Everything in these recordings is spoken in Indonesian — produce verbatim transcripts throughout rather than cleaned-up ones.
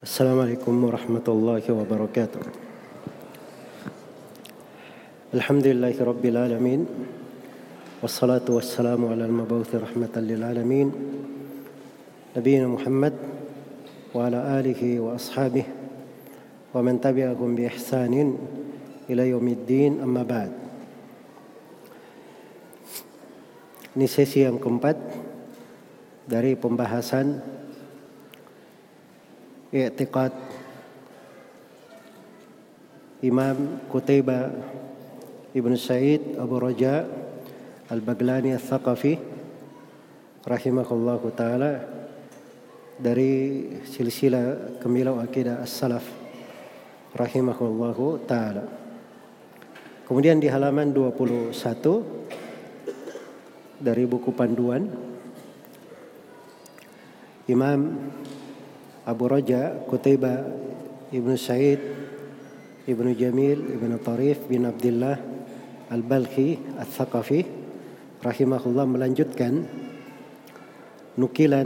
Assalamualaikum warahmatullahi wabarakatuh. Alhamdulillahi rabbil alamin. Wassalatu wassalamu ala al-mabawthi rahmatan lil alamin. Nabiyina Muhammad wa ala alihi wa ashabihi wa man tabi'ahum bi ihsanin ila yaumiddin, amma ba'd. Ini sesi yang keempat dari pembahasan i'tiqad Imam Qutaibah Ibn Sa'id Abu Raja Al-Baghlani Al-Thaqafi rahimahullahu ta'ala, dari silsilah Kamilau Aqidah As-Salaf rahimahullahu ta'ala. Kemudian di halaman dua puluh satu dari buku panduan, Imam Abu Raja Qutaibah Ibn Sa'id Ibn Jamil Ibn Tarif bin Abdullah Al-Balkhi Al-Thaqafi rahimahullah melanjutkan nukilan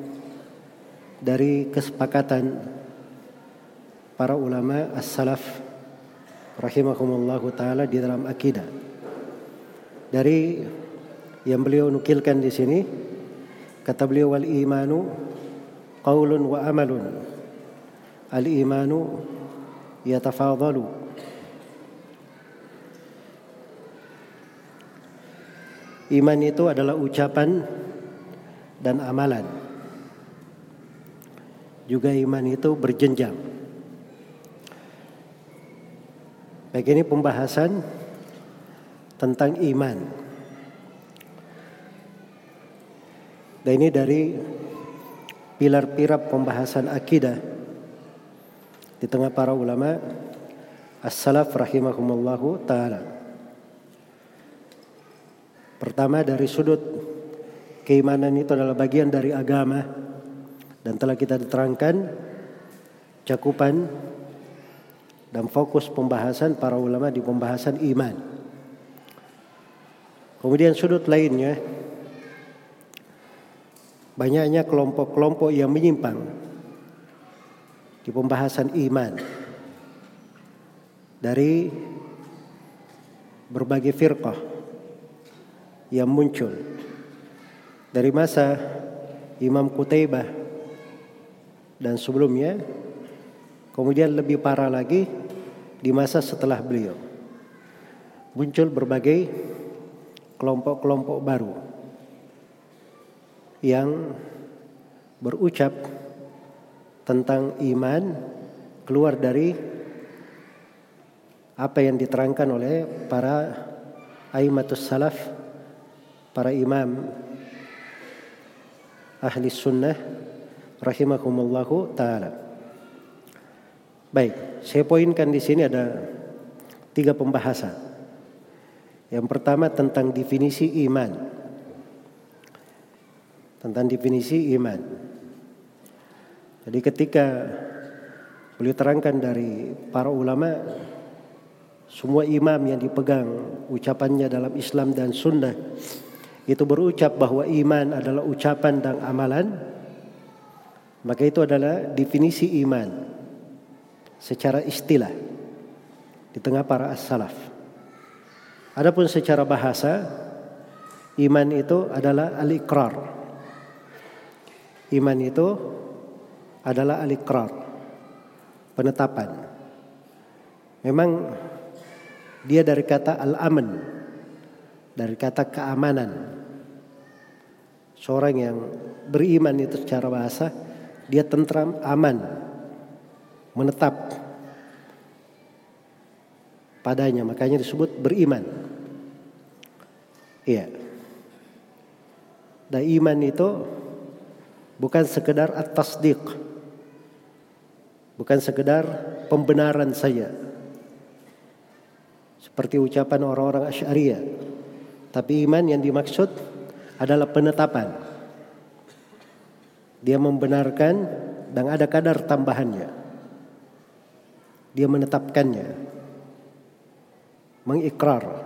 dari kesepakatan para ulama as-salaf rahimahumullahu ta'ala di dalam akidah. Dari yang beliau nukilkan di sini, kata beliau, wal imanu qaulun wa amalun, al-imanu yatafadalu. Iman itu adalah ucapan dan amalan. Juga iman itu berjenjang. Baik, ini pembahasan tentang iman. Dan ini dari pilar-pilar pembahasan akidah di tengah para ulama as-salaf rahimahumullahu ta'ala. Pertama, dari sudut keimanan itu adalah bagian dari agama, dan telah kita diterangkan cakupan dan fokus pembahasan para ulama di pembahasan iman. Kemudian sudut lainnya, banyaknya kelompok-kelompok yang menyimpang di pembahasan iman dari berbagai firqah yang muncul dari masa Imam Qutaibah dan sebelumnya, kemudian lebih parah lagi di masa setelah beliau. Muncul berbagai kelompok-kelompok baru yang berucap tentang iman keluar dari apa yang diterangkan oleh para aimatus salaf, para imam ahli sunnah rahimahumullahu ta'ala. Baik, saya poinkan di sini ada tiga pembahasan. Yang pertama tentang definisi iman. Tentang definisi iman. Jadi ketika beliau terangkan dari para ulama, semua imam yang dipegang ucapannya dalam Islam dan sunnah itu berucap bahwa iman adalah ucapan dan amalan, maka itu adalah definisi iman secara istilah di tengah para as-salaf. Adapun secara bahasa, iman itu adalah al-iqrar. Iman itu adalah al-iqrar, penetapan. Memang dia dari kata al-aman, dari kata keamanan. Seorang yang beriman itu secara bahasa, dia tentram, aman, menetap padanya, makanya disebut beriman. Iya. Dan iman itu bukan sekedar at-tasdiq, bukan sekedar pembenaran saja seperti ucapan orang-orang Asy'ariyah, tapi iman yang dimaksud adalah penetapan. Dia membenarkan dan ada kadar tambahannya. Dia menetapkannya, mengikrar.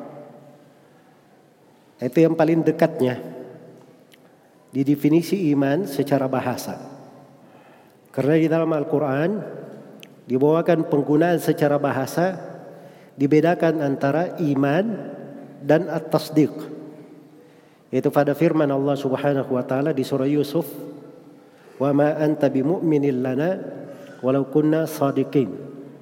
Itu yang paling dekatnya di definisi iman secara bahasa. Karena di dalam Al-Quran dibawakan penggunaan secara bahasa, dibedakan antara iman dan at-tasdiq. Yaitu pada firman Allah Subhanahu wa taala di surah Yusuf, "Wa ma anta bimu'minin lana walau kunna shadiqin."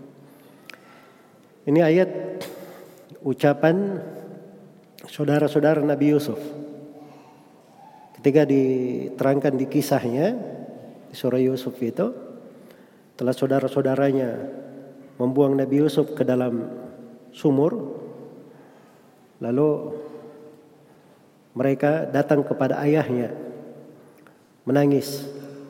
Ini ayat ucapan saudara-saudara Nabi Yusuf ketika diterangkan di kisahnya di surah Yusuf itu, setelah saudara-saudaranya membuang Nabi Yusuf ke dalam sumur, lalu mereka datang kepada ayahnya menangis.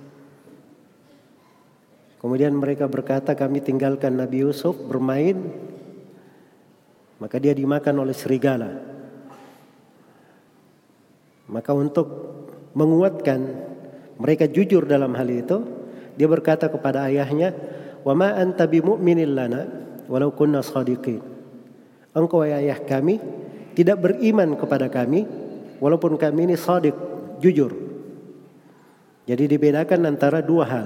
Kemudian mereka berkata, kami tinggalkan Nabi Yusuf bermain, maka dia dimakan oleh serigala. Maka untuk menguatkan mereka jujur dalam hal itu, dia berkata kepada ayahnya, "Wa ma anta bimu'minin lana walau kunna shadiqin." Engkau ayah kami tidak beriman kepada kami walaupun kami ini shadiq, jujur. Jadi dibedakan antara dua hal,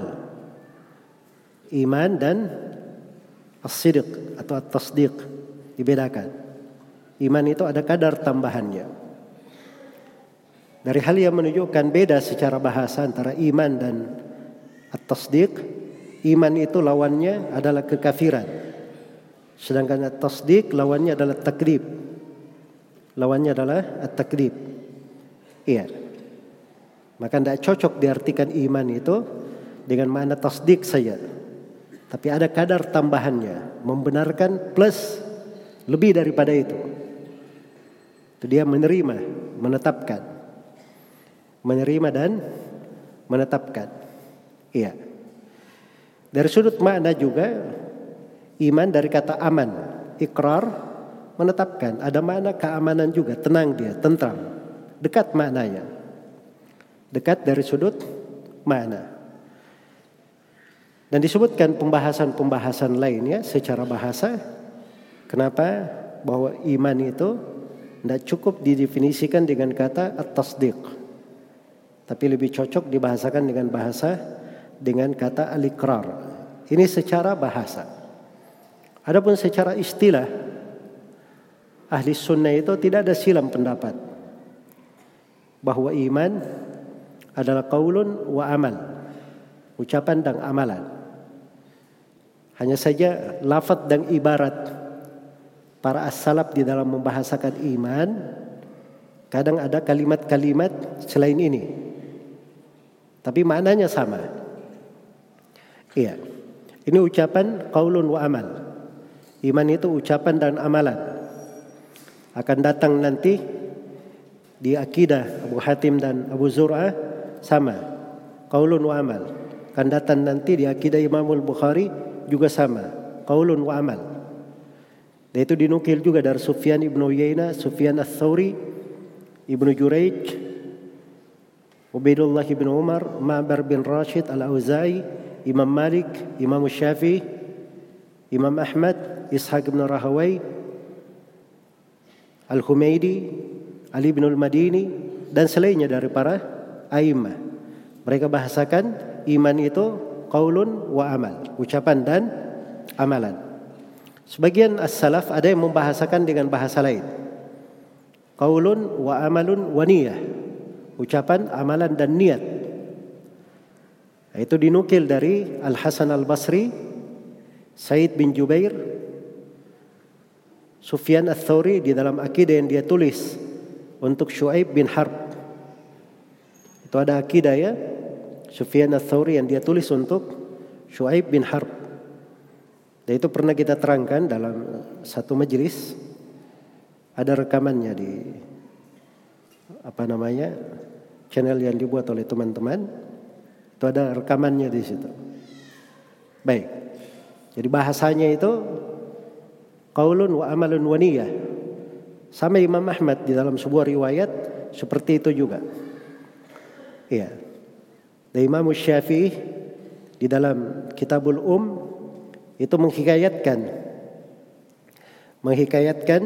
iman dan as-sidq atau at-tasdiq, dibedakan. Iman itu ada kadar tambahannya. Dari hal yang menunjukkan beda secara bahasa antara iman dan at-tasdiq, iman itu lawannya adalah kekafiran. Sedangkan at-tasdiq lawannya adalah takdzib. Lawannya adalah at-takdzib. Iya. Maka tidak cocok diartikan iman itu dengan makna tasdik saja. Tapi ada kadar tambahannya, membenarkan plus lebih daripada itu. Itu dia menerima, menetapkan. Menerima dan menetapkan. Iya. Dari sudut makna juga, iman dari kata aman, ikrar, menetapkan. Ada makna keamanan juga, tenang dia, tentram. Dekat maknanya. Dekat dari sudut makna. Dan disebutkan pembahasan-pembahasan lainnya secara bahasa. Kenapa? Bahwa iman itu tidak cukup didefinisikan dengan kata at-tasdiq. Tapi lebih cocok dibahasakan dengan bahasa dengan kata al-iqrar. Ini secara bahasa. Adapun secara istilah, ahli sunnah itu tidak ada silam pendapat bahwa iman adalah qaulun wa amal, ucapan dan amalan. Hanya saja lafaz dan ibarat para as-salaf di dalam membahasakan iman, kadang ada kalimat-kalimat selain ini. Tapi maknanya sama. Iya. Ini ucapan qaulun wa amal. Iman itu ucapan dan amalan. Akan datang nanti di akidah Abu Hatim dan Abu Zur'ah sama. Qaulun wa amal. Akan datang nanti di akidah Imamul Bukhari juga sama. Qaulun wa amal. Dan itu dinukil juga dari Sufyan ibn Uyainah, Sufyan ats-Tsauri, Ibnu Jurayj, Ubaidullah bin Umar, Ma'bar bin Rashid Al-Auza'i, Imam Malik, Imam Syafi'i, Imam Ahmad, Ishaq bin Rahawai, Al-Humaydi, Ali bin Al-Madini, dan selainnya dari para a'immah. Mereka bahasakan iman itu qaulun wa amal, ucapan dan amalan. Sebagian as-salaf ada yang membahasakan dengan bahasa lain, qaulun wa amalun wa niyah, ucapan, amalan dan niat. Itu dinukil dari Al-Hasan Al-Basri, Said bin Jubair, Sufyan ats-Tsauri di dalam akidah yang dia tulis untuk Syuaib bin Harb. Itu ada akidah ya, Sufyan ats-Tsauri yang dia tulis untuk Syuaib bin Harb. Dan itu pernah kita terangkan dalam satu majelis. Ada rekamannya di apa namanya channel yang dibuat oleh teman-teman. Itu ada rekamannya di situ. Baik. Jadi bahasanya itu qaulun wa amalun wa niyah. Sama Imam Ahmad di dalam sebuah riwayat seperti itu juga. Iya. Dan Imam Syafi'i di dalam Kitabul Um itu menghikayatkan menghikayatkan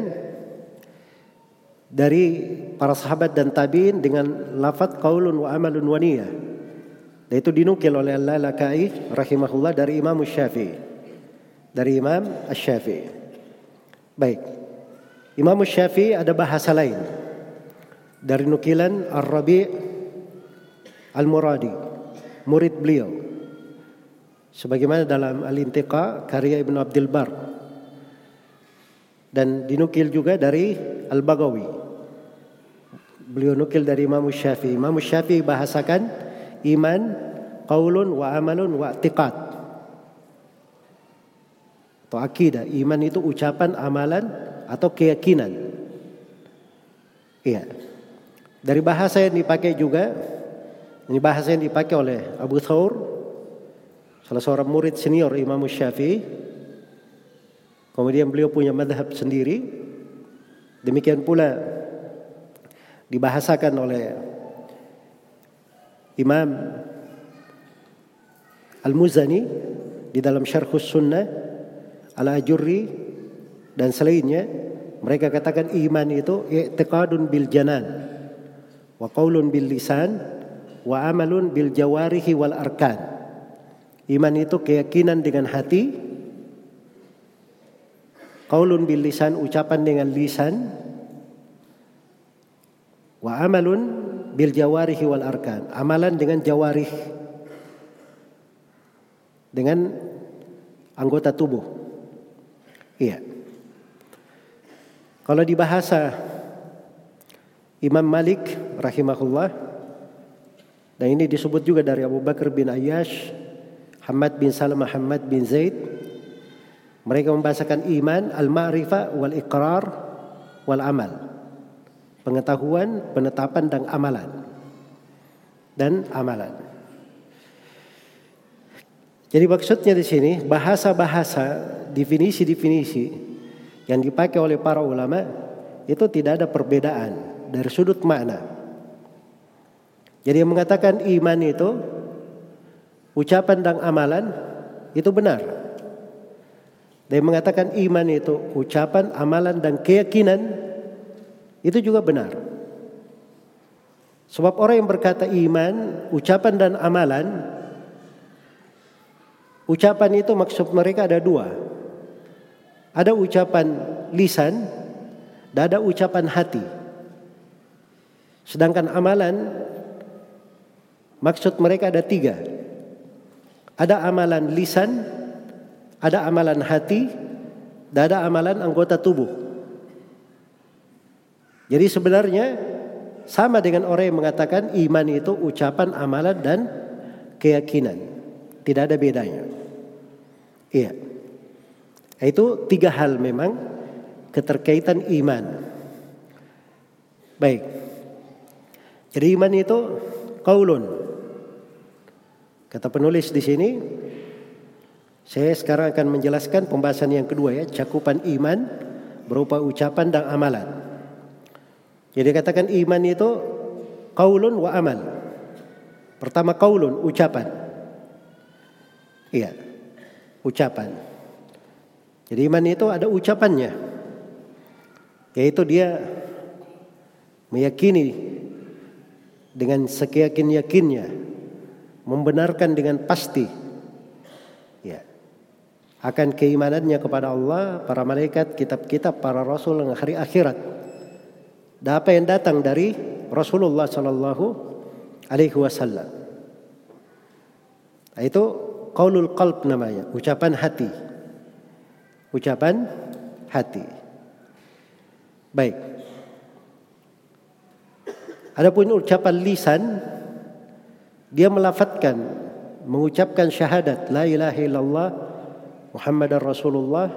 dari para sahabat dan tabi'in dengan lafaz qaulun wa amalun wa niyah. Dan itu dinukil oleh Al-Lalaka'i rahimahullah dari Imam Syafi'i. Dari Imam Asy-Syafi'i. Baik. Imam Syafi'i ada bahasa lain. Dari nukilan Ar-Rabi' Al-Muradi, murid beliau. Sebagaimana dalam Al-Intiqa karya Ibnu Abdul Bar. Dan dinukil juga dari Al-Baghawi. Beliau nukil dari Imam Syafi'i. Imam Syafi'i bahasakan iman, qaulun wa amalun wa i'tiqad. Atau akidah. Iman itu ucapan, amalan, atau keyakinan. Iya. Dari bahasa yang dipakai juga, ini bahasa yang dipakai oleh Abu Thawr, salah seorang murid senior Imam Syafi'i. Kemudian beliau punya madhab sendiri. Demikian pula dibahasakan oleh Imam Al-Muzani di dalam Syarhus Sunnah, Al-Ajurri dan selainnya. Mereka katakan iman itu i'tiqadun bil janan wa qaulun bil lisan wa amalun bil jawarihi wal arkan. Iman itu keyakinan dengan hati, qaulun bil lisan ucapan dengan lisan, wa amalun bil jawarihi wal arkan, amalan dengan jawarih, dengan anggota tubuh. Iya. Kalau di bahasa Imam Malik rahimahullah, dan ini disebut juga dari Abu Bakar bin Ayyash, Hamad bin Salamah, Hamad bin Zaid, mereka membahasakan iman al-ma'rifah wal iqrar wal amal. Pengetahuan, penetapan dan amalan. Dan amalan. Jadi maksudnya di sini bahasa-bahasa, definisi-definisi yang dipakai oleh para ulama itu tidak ada perbedaan dari sudut makna. Jadi yang mengatakan iman itu ucapan dan amalan itu benar. Dan yang mengatakan iman itu ucapan, amalan dan keyakinan itu juga benar. Sebab orang yang berkata iman, ucapan dan amalan, ucapan itu maksud mereka ada dua. Ada ucapan lisan dan ada ucapan hati. Sedangkan amalan maksud mereka ada tiga. Ada amalan lisan, ada amalan hati, dan ada amalan anggota tubuh. Jadi sebenarnya sama dengan orang yang mengatakan iman itu ucapan, amalan, dan keyakinan. Tidak ada bedanya. Iya. Itu tiga hal memang keterkaitan iman. Baik. Jadi iman itu qaulun. Kata penulis di sini, saya sekarang akan menjelaskan pembahasan yang kedua ya, cakupan iman berupa ucapan dan amalan. Jadi katakan iman itu qaulun wa amal. Pertama qaulun, ucapan. Iya, ucapan. Jadi iman itu ada ucapannya, yaitu dia meyakini dengan seyakin-yakinnya, membenarkan dengan pasti ya, akan keimanannya kepada Allah, para malaikat, kitab-kitab, para rasul dan hari akhirat, dan apa yang datang dari Rasulullah sallallahu alaihi wasallam. Itu qaulul qalb namanya, ucapan hati. Ucapan hati. Baik. Adapun ucapan lisan, dia melafadzkan, mengucapkan syahadat la ilaha illallah Muhammadar Rasulullah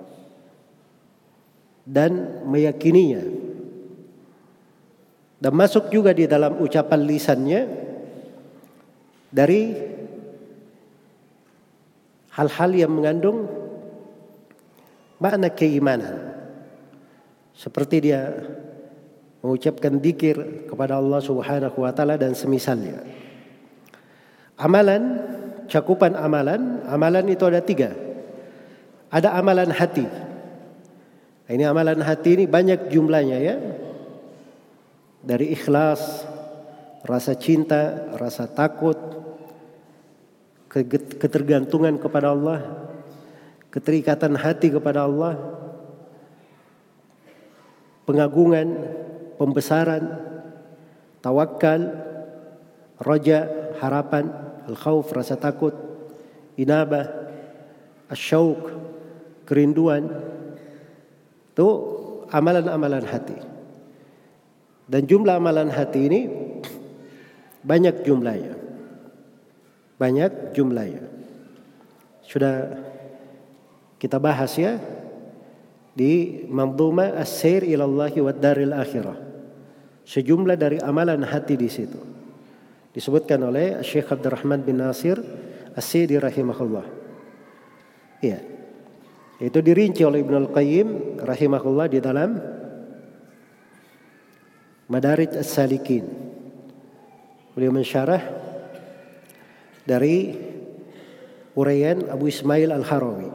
dan meyakininya. Dan masuk juga di dalam ucapan lisannya dari hal-hal yang mengandung makna keimanan. Seperti dia mengucapkan dzikir kepada Allah Subhanahu wa taala dan semisalnya. Amalan, cakupan amalan, amalan itu ada tiga. Ada amalan hati. Ini amalan hati ini banyak jumlahnya ya. Dari ikhlas, rasa cinta, rasa takut, ketergantungan kepada Allah, keterikatan hati kepada Allah, pengagungan, pembesaran, tawakal, raja, harapan, al-khauf, rasa takut, inabah, asyauq, kerinduan. Itu amalan-amalan hati. Dan jumlah amalan hati ini banyak jumlahnya. Banyak jumlahnya. Sudah kita bahas ya di Manzumah As-Sair ila Allah wa Daril Akhirah. Sejumlah dari amalan hati di situ. Disebutkan oleh Syekh Abdurrahman bin Nasir As-Sa'di rahimahullah. Iya. Itu dirinci oleh Ibnu Al-Qayyim rahimahullah di dalam Madarij As-Salikin. Beliau mensyarah dari uraian Abu Ismail Al-Harawi.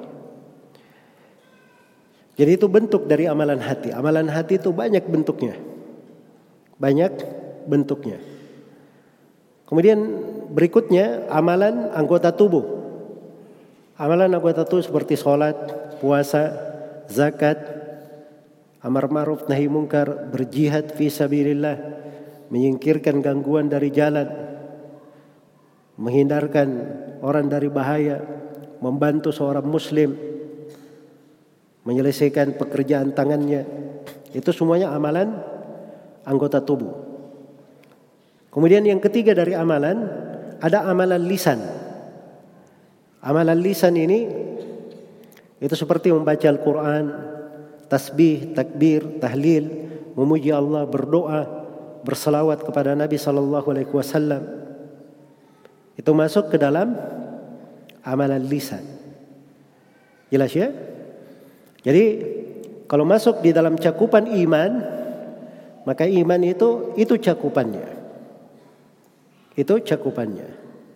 Jadi itu bentuk dari amalan hati. Amalan hati itu banyak bentuknya. Banyak bentuknya. Kemudian berikutnya amalan anggota tubuh. Amalan anggota tubuh seperti sholat, puasa, zakat, amar ma'ruf nahi mungkar, berjihad fi sabilillah, menyingkirkan gangguan dari jalan, menghindarkan orang dari bahaya, membantu seorang muslim, menyelesaikan pekerjaan tangannya. Itu semuanya amalan anggota tubuh. Kemudian yang ketiga dari amalan, ada amalan lisan. Amalan lisan ini itu seperti membaca Al-Quran, tasbih, takbir, tahlil, memuji Allah, berdoa, berselawat kepada Nabi sallallahu alaihi wasallam. Itu masuk ke dalam amalan lisan. Jelas ya? Jadi kalau masuk di dalam cakupan iman, maka iman itu itu cakupannya. Itu cakupannya.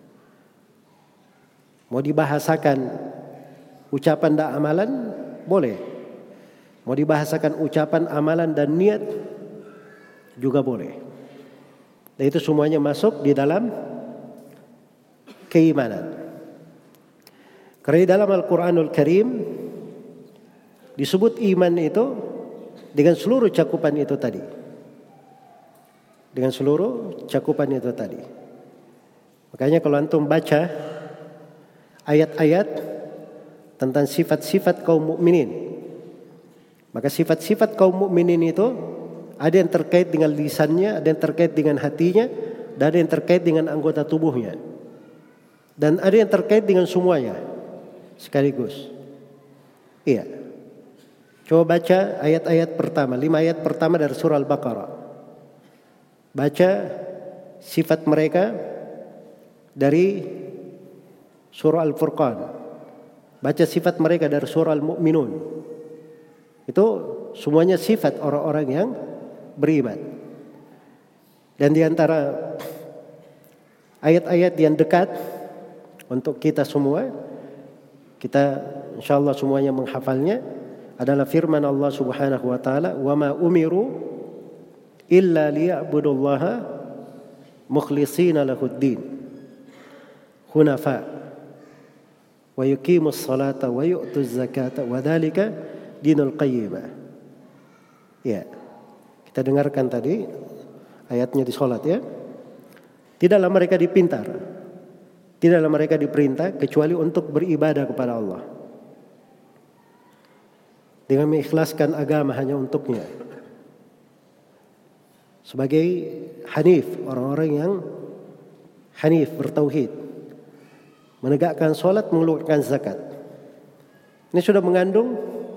Mau dibahasakan ucapan dan amalan boleh. Mau dibahasakan ucapan, amalan dan niat juga boleh. Dan itu semuanya masuk di dalam keimanan. Karena di dalam Al-Quranul Karim disebut iman itu dengan seluruh cakupan itu tadi. Dengan seluruh cakupan itu tadi. Makanya kalau antum baca ayat-ayat tentang sifat-sifat kaum mukminin, maka sifat-sifat kaum mukminin itu ada yang terkait dengan lisannya, ada yang terkait dengan hatinya, dan ada yang terkait dengan anggota tubuhnya. Dan ada yang terkait dengan semuanya sekaligus. Iya. Coba baca ayat-ayat pertama, lima ayat pertama dari surah Al-Baqarah. Baca sifat mereka dari surah Al-Furqan. Baca sifat mereka dari surah Al-Mu'minun. Itu semuanya sifat orang-orang yang beriman. Dan di antara ayat-ayat yang dekat untuk kita semua, kita insyaallah semuanya menghafalnya, adalah firman Allah Subhanahu wa taala, "Wa ma umiru illa liya'budullaha mukhlishina lahuddin hunafa wa yuqimus salata wa yu'tuz zakata wa dzalika dinul qayyimah." Ya. Kita dengarkan tadi ayatnya di salat ya. Tidaklah mereka dipintar, tidaklah mereka diperintah kecuali untuk beribadah kepada Allah dengan mengikhlaskan agama hanya untuknya. Sebagai hanif, orang-orang yang hanif, bertauhid, menegakkan sholat, mengeluarkan zakat. Ini sudah mengandung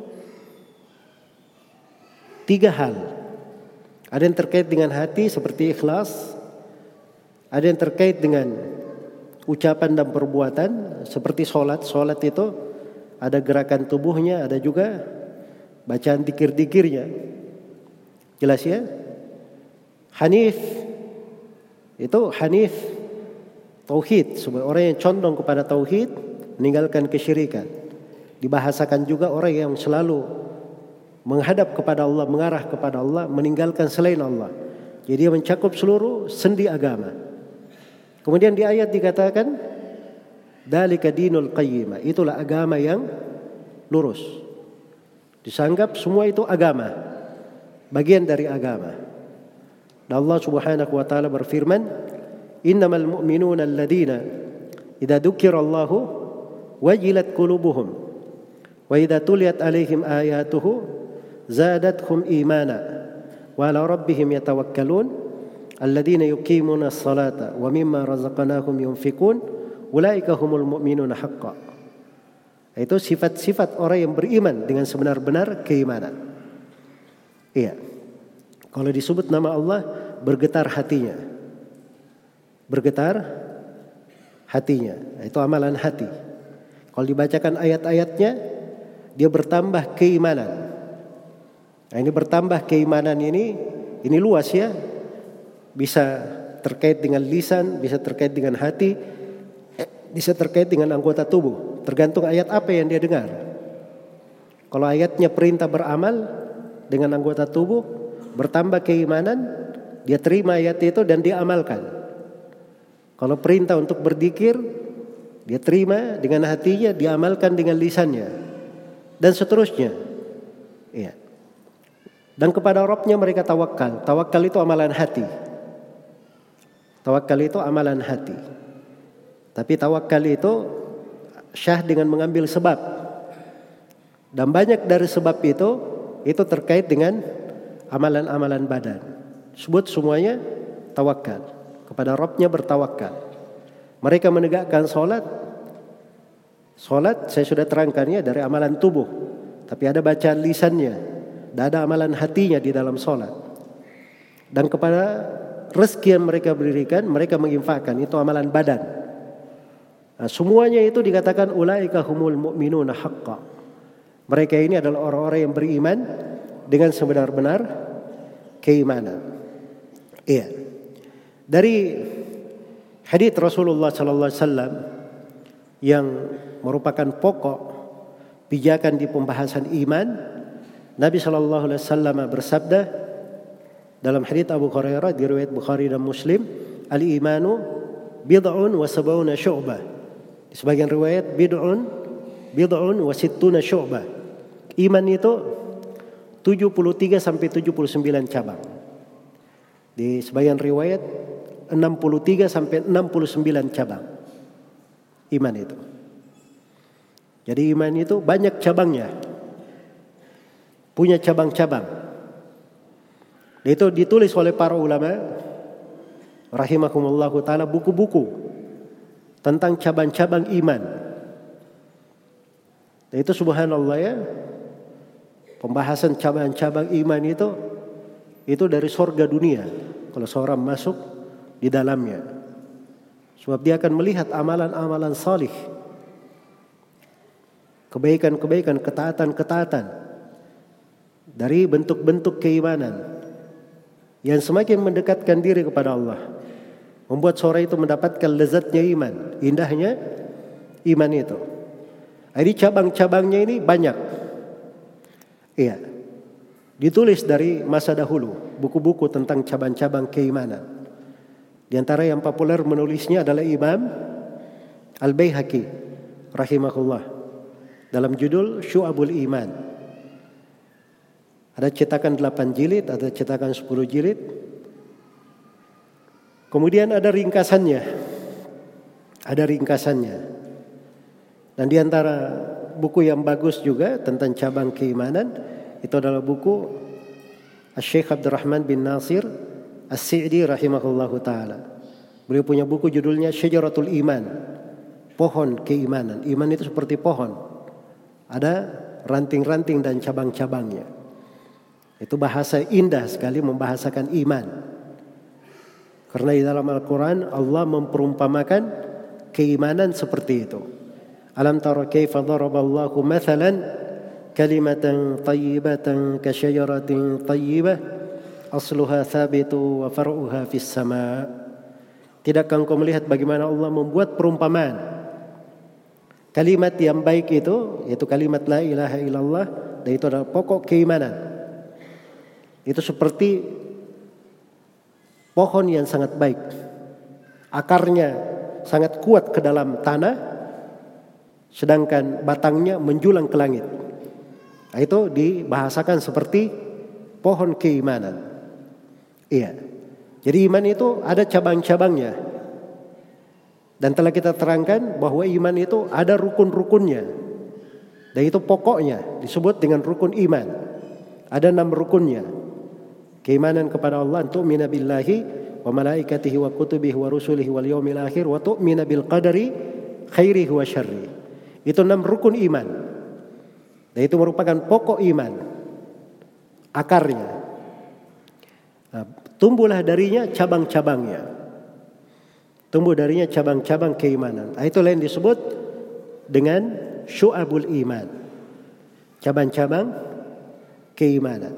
tiga hal. Ada yang terkait dengan hati seperti ikhlas, ada yang terkait dengan ucapan dan perbuatan seperti sholat. Sholat itu ada gerakan tubuhnya, ada juga bacaan dikir-dikirnya. Jelas ya? Hanif itu hanif tauhid, sebagai orang yang condong kepada tauhid, meninggalkan kesyirikan. Dibahasakan juga orang yang selalu menghadap kepada Allah, mengarah kepada Allah, meninggalkan selain Allah. Jadi dia mencakup seluruh sendi agama. Kemudian di ayat dikatakan Dzalika dinul qayyimah. Itulah agama yang lurus. Disanggap semua itu agama, bagian dari agama. Dan Allah Subhanahu wa taala berfirman, "Innamal mu'minuna alladzina idza dzukirallahu wajilat qulubuhum wa idza tuliyat 'alaihim ayatuhu zadatuhum imana wa 'ala rabbihim yatawakkalun alladzina yuqimuna as-salata wa mimma razaqnahum yunfiqun ulaika humul mu'minuna haqqan." Itu sifat-sifat orang yang beriman dengan sebenar-benar keimanan. Iya. Kalau disebut nama Allah, bergetar hatinya. Bergetar hatinya. Itu amalan hati. Kalau dibacakan ayat-ayatnya, dia bertambah keimanan. Nah, ini bertambah keimanan ini, ini luas ya. Bisa terkait dengan lisan, bisa terkait dengan hati, bisa terkait dengan anggota tubuh. Tergantung ayat apa yang dia dengar. Kalau ayatnya perintah beramal dengan anggota tubuh, bertambah keimanan, dia terima ayat itu dan dia amalkan. Kalau perintah untuk berzikir, dia terima dengan hatinya, dia amalkan dengan lisannya, dan seterusnya. Iya. Dan kepada Rabbnya mereka tawakal. Tawakal itu amalan hati. Tawakal itu amalan hati. Tapi tawakal itu syah dengan mengambil sebab. Dan banyak dari sebab itu itu terkait dengan amalan-amalan badan. Sebut semuanya tawakal. Kepada Rabbnya bertawakal. Mereka menegakkan solat. Solat saya sudah terangkannya dari amalan tubuh. Tapi ada bacaan lisannya. Dan ada amalan hatinya di dalam solat. Dan kepada rezeki yang mereka berikan, mereka menginfakkan. Itu amalan badan. Nah, semuanya itu dikatakan ulaika humul mu'minuna haqqan. Mereka ini adalah orang-orang yang beriman dengan sebenar-benar keimanan. Iya. Dari hadits Rasulullah sallallahu alaihi wasallam yang merupakan pokok pijakan di pembahasan iman, Nabi sallallahu alaihi wasallam bersabda dalam hadits Abu Hurairah di riwayat Bukhari dan Muslim, "Al-imanu bid'un wa sab'una syu'bah." Di sebagian riwayat bid'un bid'un wa sittuna syu'bah. Iman itu tujuh puluh tiga sampai tujuh puluh sembilan cabang. Di sebagian riwayat enam puluh tiga sampai enam puluh sembilan cabang. Iman itu. Jadi iman itu banyak cabangnya. Punya cabang-cabang. Itu ditulis oleh para ulama rahimakumullahu taala buku-buku tentang cabang-cabang iman. Dan itu subhanallah ya, pembahasan cabang-cabang iman itu itu dari surga dunia kalau seorang masuk di dalamnya. Sebab dia akan melihat amalan-amalan salih, kebaikan-kebaikan, ketaatan-ketaatan dari bentuk-bentuk keimanan yang semakin mendekatkan diri kepada Allah. Membuat seorang itu mendapatkan lezatnya iman, indahnya iman itu. Jadi cabang-cabangnya ini banyak. Iya. Ditulis dari masa dahulu, buku-buku tentang cabang-cabang keimanan. Di antara yang populer menulisnya adalah Imam Al-Baihaqi rahimahullah dalam judul Syu'abul Iman. Ada cetakan delapan jilid, ada cetakan sepuluh jilid. Kemudian ada ringkasannya. Ada ringkasannya. Dan di antara buku yang bagus juga tentang cabang keimanan itu adalah buku Syekh Abdurrahman bin Nasir As-Sa'di rahimahullahu taala. Beliau punya buku judulnya Syajaratul Iman. Pohon keimanan. Iman itu seperti pohon. Ada ranting-ranting dan cabang-cabangnya. Itu bahasa indah sekali membahasakan iman. Karena di dalam Al-Quran Allah memperumpamakan keimanan seperti itu. Alam tara kaifa daraballahu mathalan kalimatan tayyibatan kasyajaratin tayyibah asluha thabitu wa far'uha fis sama'. Tidakkah engkau melihat bagaimana Allah membuat perumpamaan kalimat yang baik itu, yaitu kalimat la ilaha illallah, dan itu adalah pokok keimanan. Itu seperti pohon yang sangat baik. Akarnya sangat kuat ke dalam tanah sedangkan batangnya menjulang ke langit. Nah, itu dibahasakan seperti pohon keimanan. Iya. Jadi iman itu ada cabang-cabangnya. Dan telah kita terangkan bahwa iman itu ada rukun-rukunnya. Dan itu pokoknya disebut dengan rukun iman. Ada enam rukunnya. Keimanan kepada Allah, tu'mina billahi wa malaikatihi wa kutubihi wa rusulihi wal yaumil akhir wa tu'mina bil qadari khairihi wa syarrihi. Itu enam rukun iman. Dan itu merupakan pokok iman. Akarnya. Nah, tumbuhlah darinya cabang-cabangnya. Tumbuh darinya cabang-cabang keimanan. Nah, itulah yang disebut dengan syu'abul iman. Cabang-cabang keimanan.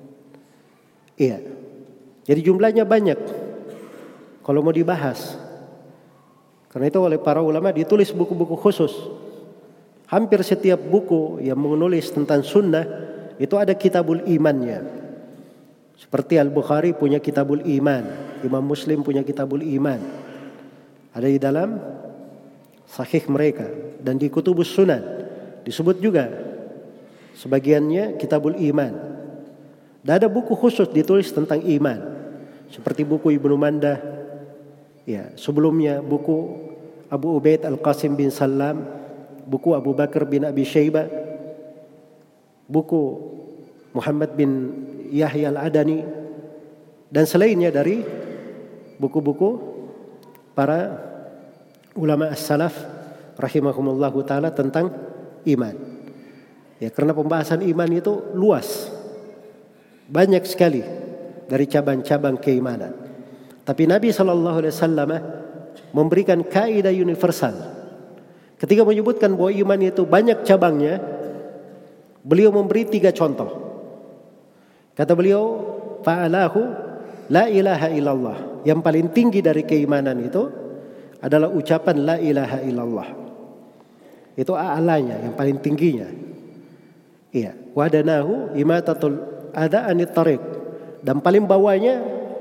Iya. Jadi jumlahnya banyak kalau mau dibahas. Karena itu oleh para ulama ditulis buku-buku khusus. Hampir setiap buku yang menulis tentang sunnah itu ada kitabul imannya. Seperti Al-Bukhari punya kitabul iman, Imam Muslim punya kitabul iman. Ada di dalam sahih mereka. Dan di kutubus sunan disebut juga sebagiannya kitabul iman. Dan ada buku khusus ditulis tentang iman. Seperti buku Ibnu Mandah. Ya, sebelumnya buku Abu Ubaid Al-Qasim bin Salam, buku Abu Bakar bin Abi Syaibah, buku Muhammad bin Yahya Al-Adani, dan selainnya dari buku-buku para ulama as-salaf rahimahumullahu ta'ala tentang iman. Ya, karena pembahasan iman itu luas. Banyak sekali dari cabang-cabang keimanan. Tapi Nabi shallallahu alaihi wasallam memberikan kaidah universal. Ketika menyebutkan bahwa iman itu banyak cabangnya, beliau memberi tiga contoh. Kata beliau, fa'alahu la ilaha illallah. Yang paling tinggi dari keimanan itu adalah ucapan la ilaha illallah. Itu a'lanya, yang paling tingginya. Iya, wadanahu imatatul ada anit tariq, dan paling bawahnya,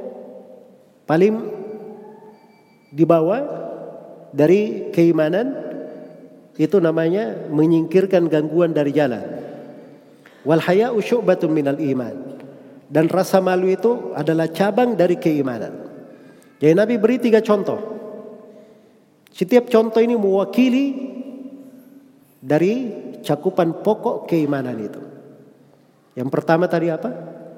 paling di bawah dari keimanan itu namanya menyingkirkan gangguan dari jalan. Wal haya'u syu'batun minal iman, dan rasa malu itu adalah cabang dari keimanan. Jadi Nabi beri tiga contoh. Setiap contoh ini mewakili dari cakupan pokok keimanan itu. Yang pertama tadi apa?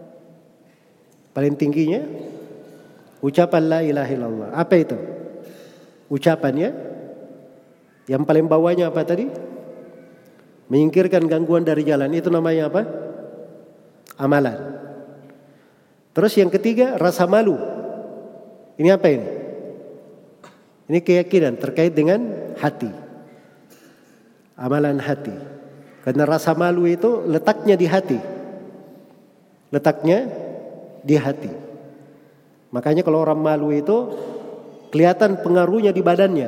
Paling tingginya ucapan la ilaha illallah. Apa itu? Ucapannya. Yang paling bawahnya apa tadi? Menyingkirkan gangguan dari jalan. Itu namanya apa? Amalan. Terus yang ketiga, rasa malu. Ini apa ini? Ini keyakinan terkait dengan hati. Amalan hati. Karena rasa malu itu letaknya di hati. Letaknya di hati. Makanya kalau orang malu itu kelihatan pengaruhnya di badannya.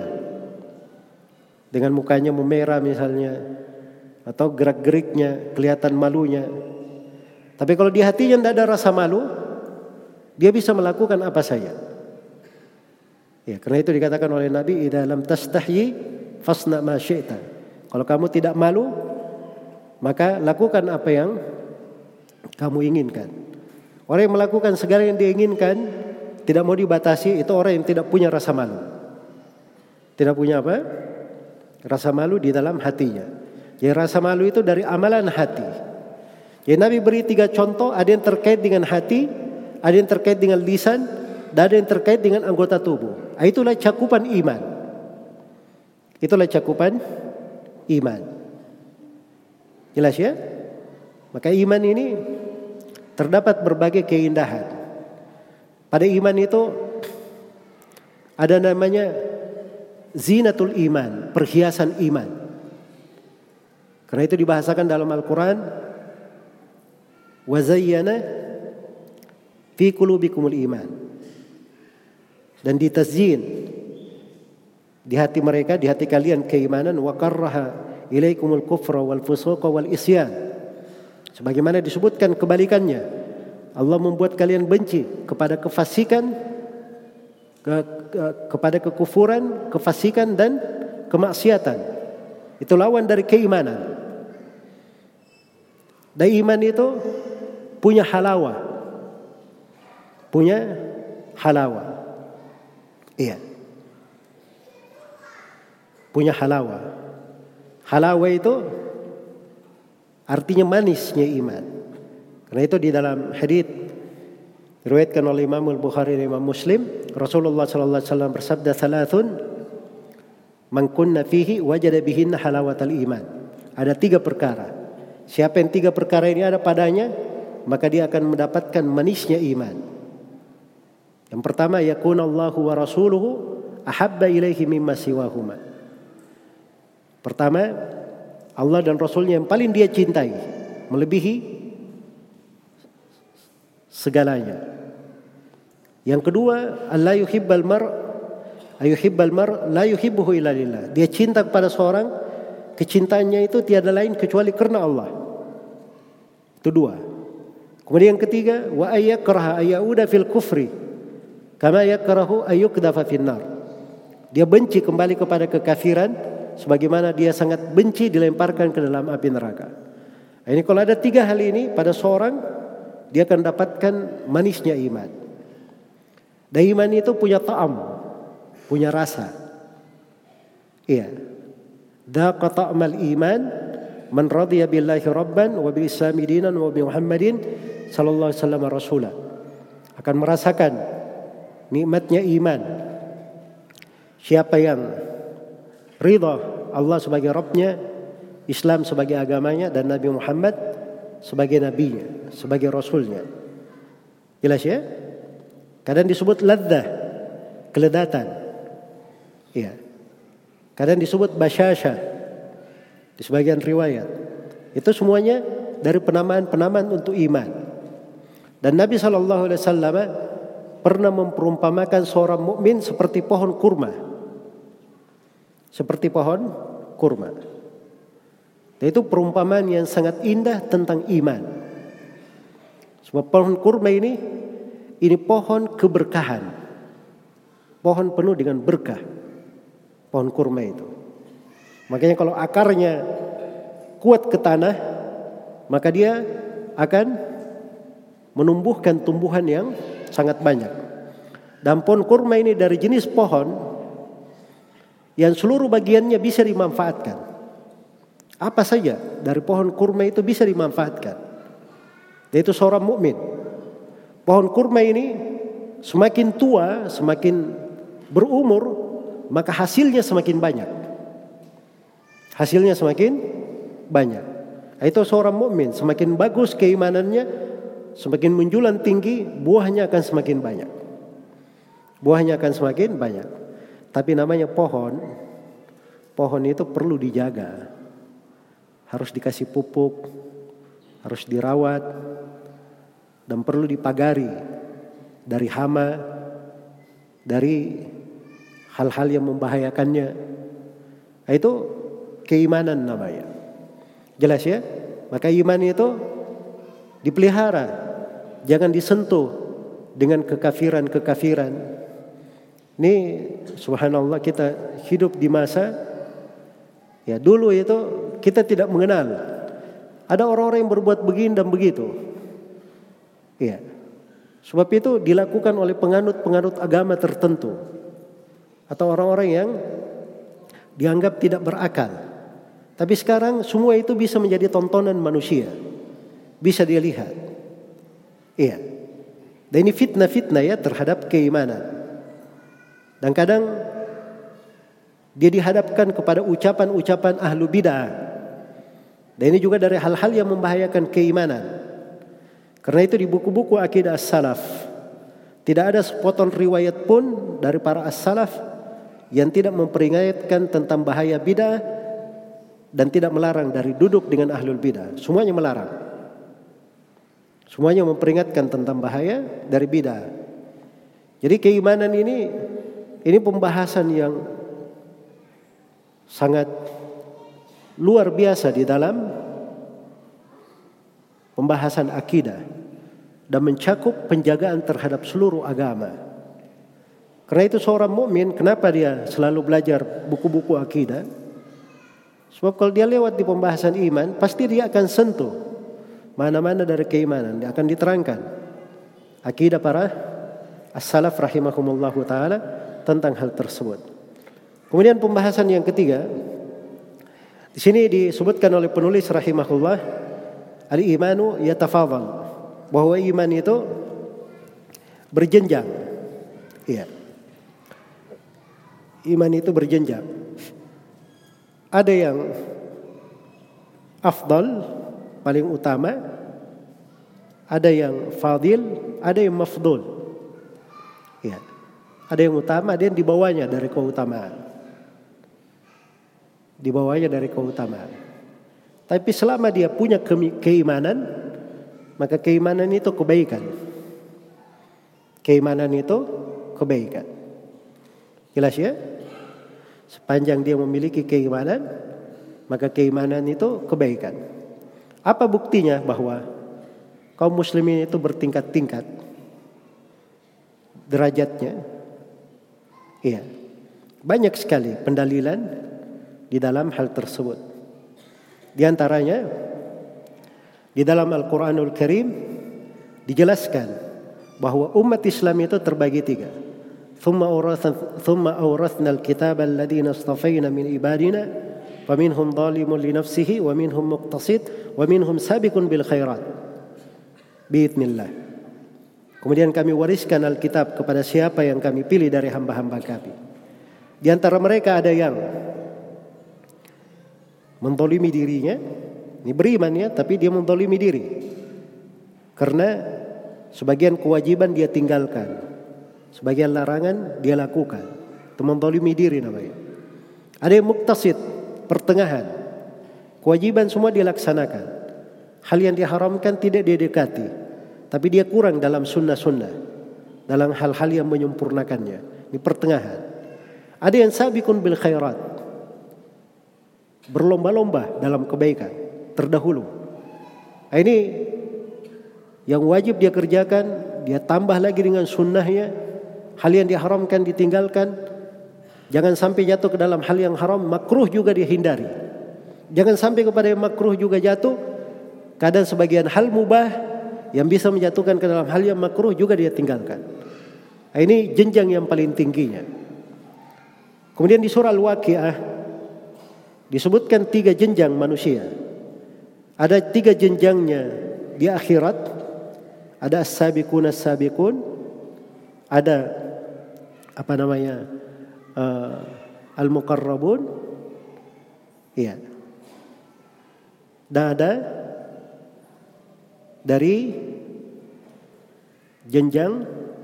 Dengan mukanya memerah misalnya, atau gerak-geriknya kelihatan malunya. Tapi kalau di hatinya tidak ada rasa malu, dia bisa melakukan apa saja. Ya, karena itu dikatakan oleh Nabi, idza lam tastahyi fasna ma syi'ta. Kalau kamu tidak malu, maka lakukan apa yang kamu inginkan. Orang yang melakukan segala yang dia inginkan, tidak mau dibatasi, itu orang yang tidak punya rasa malu. Tidak punya apa? Rasa malu di dalam hatinya. Jadi rasa malu itu dari amalan hati. Jadi Nabi beri tiga contoh, ada yang terkait dengan hati, ada yang terkait dengan lisan, dan ada yang terkait dengan anggota tubuh. Itulah cakupan iman. Itulah cakupan iman. Jelas ya? Maka iman ini terdapat berbagai keindahan. Pada iman itu ada namanya zinatul iman, perhiasan iman. Karena itu dibahasakan dalam Al-Quran, wa zayyana fi qulubikumul iman. Dan ditazyin di hati mereka, di hati kalian keimanan, wa karraha ilaikumul kufra wal fusuqa wal isyan. Sebagaimana disebutkan kebalikannya, Allah membuat kalian benci kepada kefasikan, ke, ke, kepada kekufuran, kefasikan dan kemaksiatan. Itu lawan dari keimanan. Dan iman itu punya halawa. Punya halawa. Iya. Punya halawa. Halawa itu artinya manisnya iman. Karena itu di dalam hadits diriwayatkan oleh Imam Al-Bukhari dan Imam Muslim, Rasulullah sallallahu alaihi wasallam bersabda, "Thalathun man kunna fihi wajada bihinna halawatal iman." Ada tiga perkara. Siapa yang tiga perkara ini ada padanya, maka dia akan mendapatkan manisnya iman. Yang pertama, yakunallahu wa rasuluhu ahabba ilaihi mimma siwahuma. Pertama, Allah dan Rasulnya yang paling dia cintai, melebihi segalanya. Yang kedua, alla yuhibbal mar ayuhibbal mar la yuhibbuhu illa lillah. Dia cinta kepada seorang, kecintaannya itu tiada lain kecuali karena Allah. Itu dua. Kemudian yang ketiga, wa ayyakraha ayyauda fil kufri kama yakrahu ayyukdafa finnar. Dia benci kembali kepada kekafiran sebagaimana dia sangat benci dilemparkan ke dalam api neraka. Ini kalau ada tiga hal ini pada seorang, dia akan dapatkan manisnya iman. Dan iman itu punya ta'am, punya rasa. Iya. Dhaqa ta'mal iman man radiya billahi rabban wa bil islami dinan wa bi Muhammadin sallallahu alaihi wasallam rasulah. Akan merasakan nikmatnya iman. Siapa yang ridha Allah sebagai Rabbnya, Islam sebagai agamanya, dan Nabi Muhammad sebagai nabinya, sebagai rasulnya. Jelas ya? Kadang disebut ladzah, keledatan. Iya. Kadang disebut basyasha di sebagian riwayat. Itu semuanya dari penamaan-penamaan untuk iman. Dan Nabi sallallahu alaihi wasallam pernah memperumpamakan seorang mukmin seperti pohon kurma. Seperti pohon kurma. Dan itu perumpamaan yang sangat indah tentang iman. Sebab pohon kurma ini ini pohon keberkahan. Pohon penuh dengan berkah. Pohon kurma itu. Makanya kalau akarnya kuat ke tanah, maka dia akan menumbuhkan tumbuhan yang sangat banyak. Dan pohon kurma ini dari jenis pohon yang seluruh bagiannya bisa dimanfaatkan. Apa saja dari pohon kurma itu bisa dimanfaatkan. Yaitu seorang mukmin. Pohon kurma ini semakin tua, semakin berumur, maka hasilnya semakin banyak. Hasilnya semakin banyak. Itu seorang mukmin, semakin bagus keimanannya, semakin menjulang tinggi, buahnya akan semakin banyak. Buahnya akan semakin banyak. Tapi namanya pohon, pohon itu perlu dijaga. Harus dikasih pupuk, harus dirawat, dan perlu dipagari dari hama, dari hal-hal yang membahayakannya. Itu keimanan namanya. Jelas ya? Maka iman itu dipelihara, jangan disentuh dengan kekafiran-kekafiran. Ini subhanallah, kita hidup di masa, ya dulu itu kita tidak mengenal ada orang-orang yang berbuat begini dan begitu. Ya. Sebab itu dilakukan oleh penganut-penganut agama tertentu atau orang-orang yang dianggap tidak berakal. Tapi sekarang semua itu bisa menjadi tontonan manusia. Bisa dia lihat. Iya. Dan ini fitnah-fitnah ya terhadap keimanan. Dan kadang dia dihadapkan kepada ucapan-ucapan ahlu bid'ah. Dan ini juga dari hal-hal yang membahayakan keimanan. Karena itu di buku-buku akidah as-salaf tidak ada sepotong riwayat pun dari para as-salaf yang tidak memperingatkan tentang bahaya bid'ah dan tidak melarang dari duduk dengan ahlul bid'ah. Semuanya melarang. Semuanya memperingatkan tentang bahaya dari bid'ah. Jadi keimanan ini ini pembahasan yang sangat luar biasa di dalam pembahasan akidah dan mencakup penjagaan terhadap seluruh agama. Karena itu seorang mukmin, kenapa dia selalu belajar buku-buku akidah? Sebab kalau dia lewat di pembahasan iman, pasti dia akan sentuh mana-mana dari keimanan. Dia akan diterangkan akidah para as-salaf rahimahumullahu ta'ala tentang hal tersebut. Kemudian pembahasan yang ketiga, di sini disebutkan oleh penulis rahimahullah, al-imanu yatafadhal, bahwa iman itu berjenjang. Iya. Iman itu berjenjang. Ada yang afdal, paling utama, ada yang fadil, ada yang mafdul. Ya. Ada yang utama, ada yang di bawahnya dari keutamaan. Di bawahnya dari keutamaan. Tapi selama dia punya ke- keimanan, maka keimanan itu kebaikan. Keimanan itu kebaikan. Jelas ya? Sepanjang dia memiliki keimanan, maka keimanan itu kebaikan. Apa buktinya bahwa kaum muslimin itu bertingkat-tingkat derajatnya? Iya. Banyak sekali pendalilan di dalam hal tersebut. Di antaranya di dalam Al-Qur'anul Karim dijelaskan bahwa umat Islam itu terbagi tiga. ثم أورثنا ثم أورثنا الكتاب الذين اصطفينا من عبادنا فمنهم ظالم لنفسه ومنهم مقتصد ومنهم سابق بالخيرات بإذن الله. Kemudian kami wariskan Alkitab kepada siapa yang kami pilih dari hamba-hamba kami. Di antara mereka ada yang menzalimi dirinya, ini beriman ya, tapi dia menzalimi diri karena sebagian kewajiban dia tinggalkan, sebagian larangan dia lakukan. Itu menzalimi diri namanya. Ada yang muktasid, pertengahan. Kewajiban semua dilaksanakan. Hal yang diharamkan tidak dia dekati. Tapi dia kurang dalam sunnah-sunnah, dalam hal-hal yang menyempurnakannya. Ini pertengahan. Ada yang sabiqun bil khairat, berlomba-lomba dalam kebaikan, terdahulu. Nah, ini yang wajib dia kerjakan, dia tambah lagi dengan sunnahnya. Hal yang diharamkan ditinggalkan. Jangan sampai jatuh ke dalam hal yang haram. Makruh juga dihindari. Jangan sampai kepada yang makruh juga jatuh. Kadang sebagian hal mubah yang bisa menjatuhkan ke dalam hal yang makruh juga dia tinggalkan. Nah, ini jenjang yang paling tingginya. Kemudian di surah Al-Waqiah disebutkan tiga jenjang manusia. Ada tiga jenjangnya di akhirat. Ada as-sabiqun as-sabiqun. Ada apa namanya uh, al-muqarrabun, iya. Dan ada dari jenjang,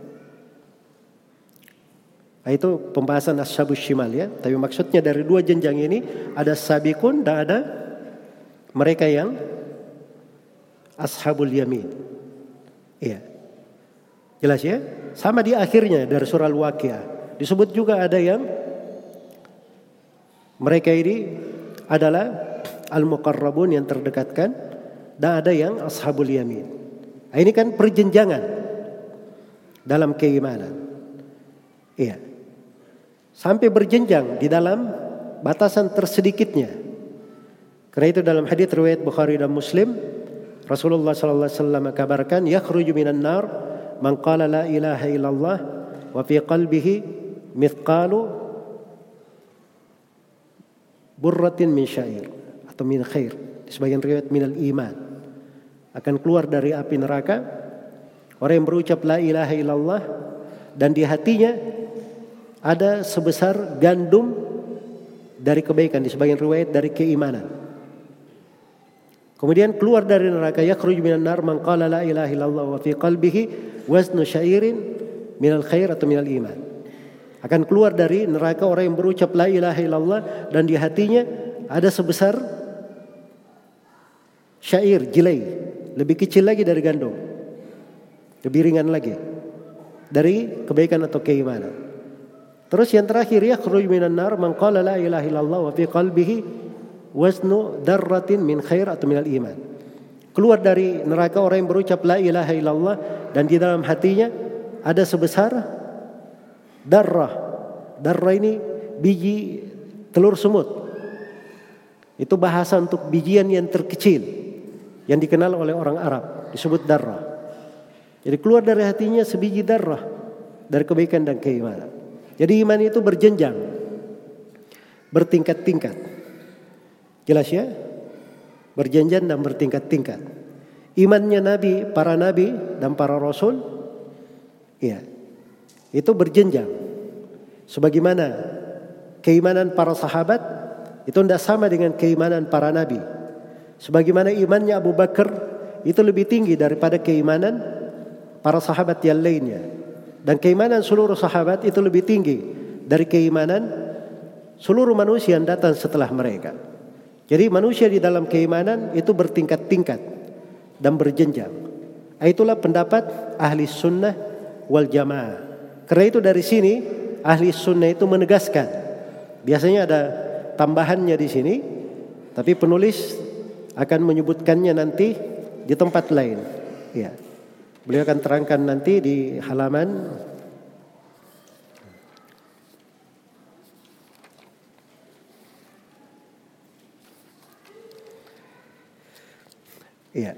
nah itu pembahasan ashabus shimal ya. Tapi maksudnya dari dua jenjang ini ada sabiqun dan ada mereka yang ashabul yamin, iya. Jelas ya? Sama di akhirnya dari surah Al-Waqiah disebut juga ada yang mereka ini adalah al-muqarrabun yang terdekatkan, dan ada yang ashabul yamin. Nah, ini kan perjenjangan dalam keimanan. Iya. Sampai berjenjang di dalam batasan tersedikitnya. Karena itu dalam hadis riwayat Bukhari dan Muslim, Rasulullah sallallahu alaihi wasallam kabarkan, yakhruju minan nar man qala la ilaha illallah wa fi qalbihi mithqalu burratin min syair atau min khair. Di sebagian riwayat minal iman. Akan keluar dari api neraka orang yang berucap la ilaha illallah dan di hatinya ada sebesar gandum dari kebaikan, di sebagian riwayat dari keimanan. Kemudian keluar dari neraka, yakhruju minan nar man qala la ilaha illallah wa fi qalbihi waznu syairin minal khair atau minal iman. Akan keluar dari neraka orang yang berucap la ilaha illallah dan di hatinya ada sebesar syair, jilai, lebih kecil lagi dari gandum, lebih ringan lagi dari kebaikan atau keimanan. Terus yang terakhir, yakhruju minan nar man qala la ilaha illallah wa fi qalbihi waznu darratin min khair atau minal iman. Keluar dari neraka orang yang berucap la ilaha illallah dan di dalam hatinya ada sebesar darrah. Darrah ini biji telur semut. Itu bahasa untuk bijian yang terkecil yang dikenal oleh orang Arab, disebut darrah. Jadi keluar dari hatinya sebiji darrah dari kebaikan dan keimanan. Jadi iman itu berjenjang, bertingkat-tingkat. Jelas ya? Berjenjang dan bertingkat-tingkat. Imannya Nabi, para Nabi dan para Rasul, ya, itu berjenjang. Sebagaimana keimanan para sahabat itu tidak sama dengan keimanan para Nabi. Sebagaimana imannya Abu Bakar itu lebih tinggi daripada keimanan para sahabat yang lainnya. Dan keimanan seluruh sahabat itu lebih tinggi dari keimanan seluruh manusia yang datang setelah mereka. Jadi manusia di dalam keimanan itu bertingkat-tingkat dan berjenjang. Itulah pendapat ahli sunnah wal jamaah. Karena itu dari sini ahli sunnah itu menegaskan. Biasanya ada tambahannya di sini, tapi penulis akan menyebutkannya nanti di tempat lain. Ya. Beliau akan terangkan nanti di halaman Iya.